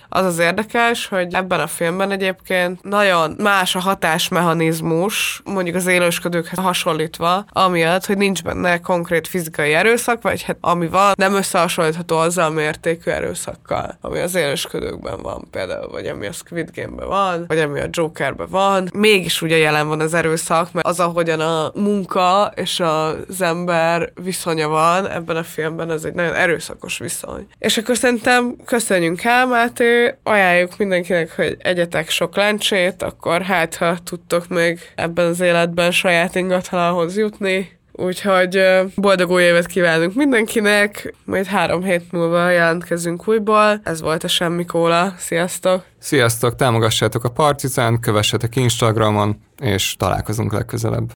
az az érdekes, hogy ebben a filmben egyébként nagyon más a hatásmechanizmus, mondjuk az élősködőkhez hasonlítva, amiatt, hogy nincs benne konkrét fizikai erőszak, vagy hát ami van, nem összehasonlítható azzal a mértékű erőszakkal, ami az élősködőkben van például, vagy ami a Squid Game-ben van, vagy ami a Jokerben van. Mégis ugye jelen van az erőszak, mert az, ahogyan a munka és az ember viszonya van ebben a filmben, az egy nagyon erőszakos viszony. És akkor szerintem köszönjünk el, Máté, ajánljuk mindenkinek, hogy egyetek sok lencsét, akkor hát, ha tudtok még ebben az életben saját ingatlanhoz jutni. Úgyhogy boldog új évet kívánunk mindenkinek, majd három hét múlva jelentkezünk újból. Ez volt a Semmi Kóla. Sziasztok!
Sziasztok, támogassátok a Partizánt, kövessetek Instagramon, és találkozunk legközelebb.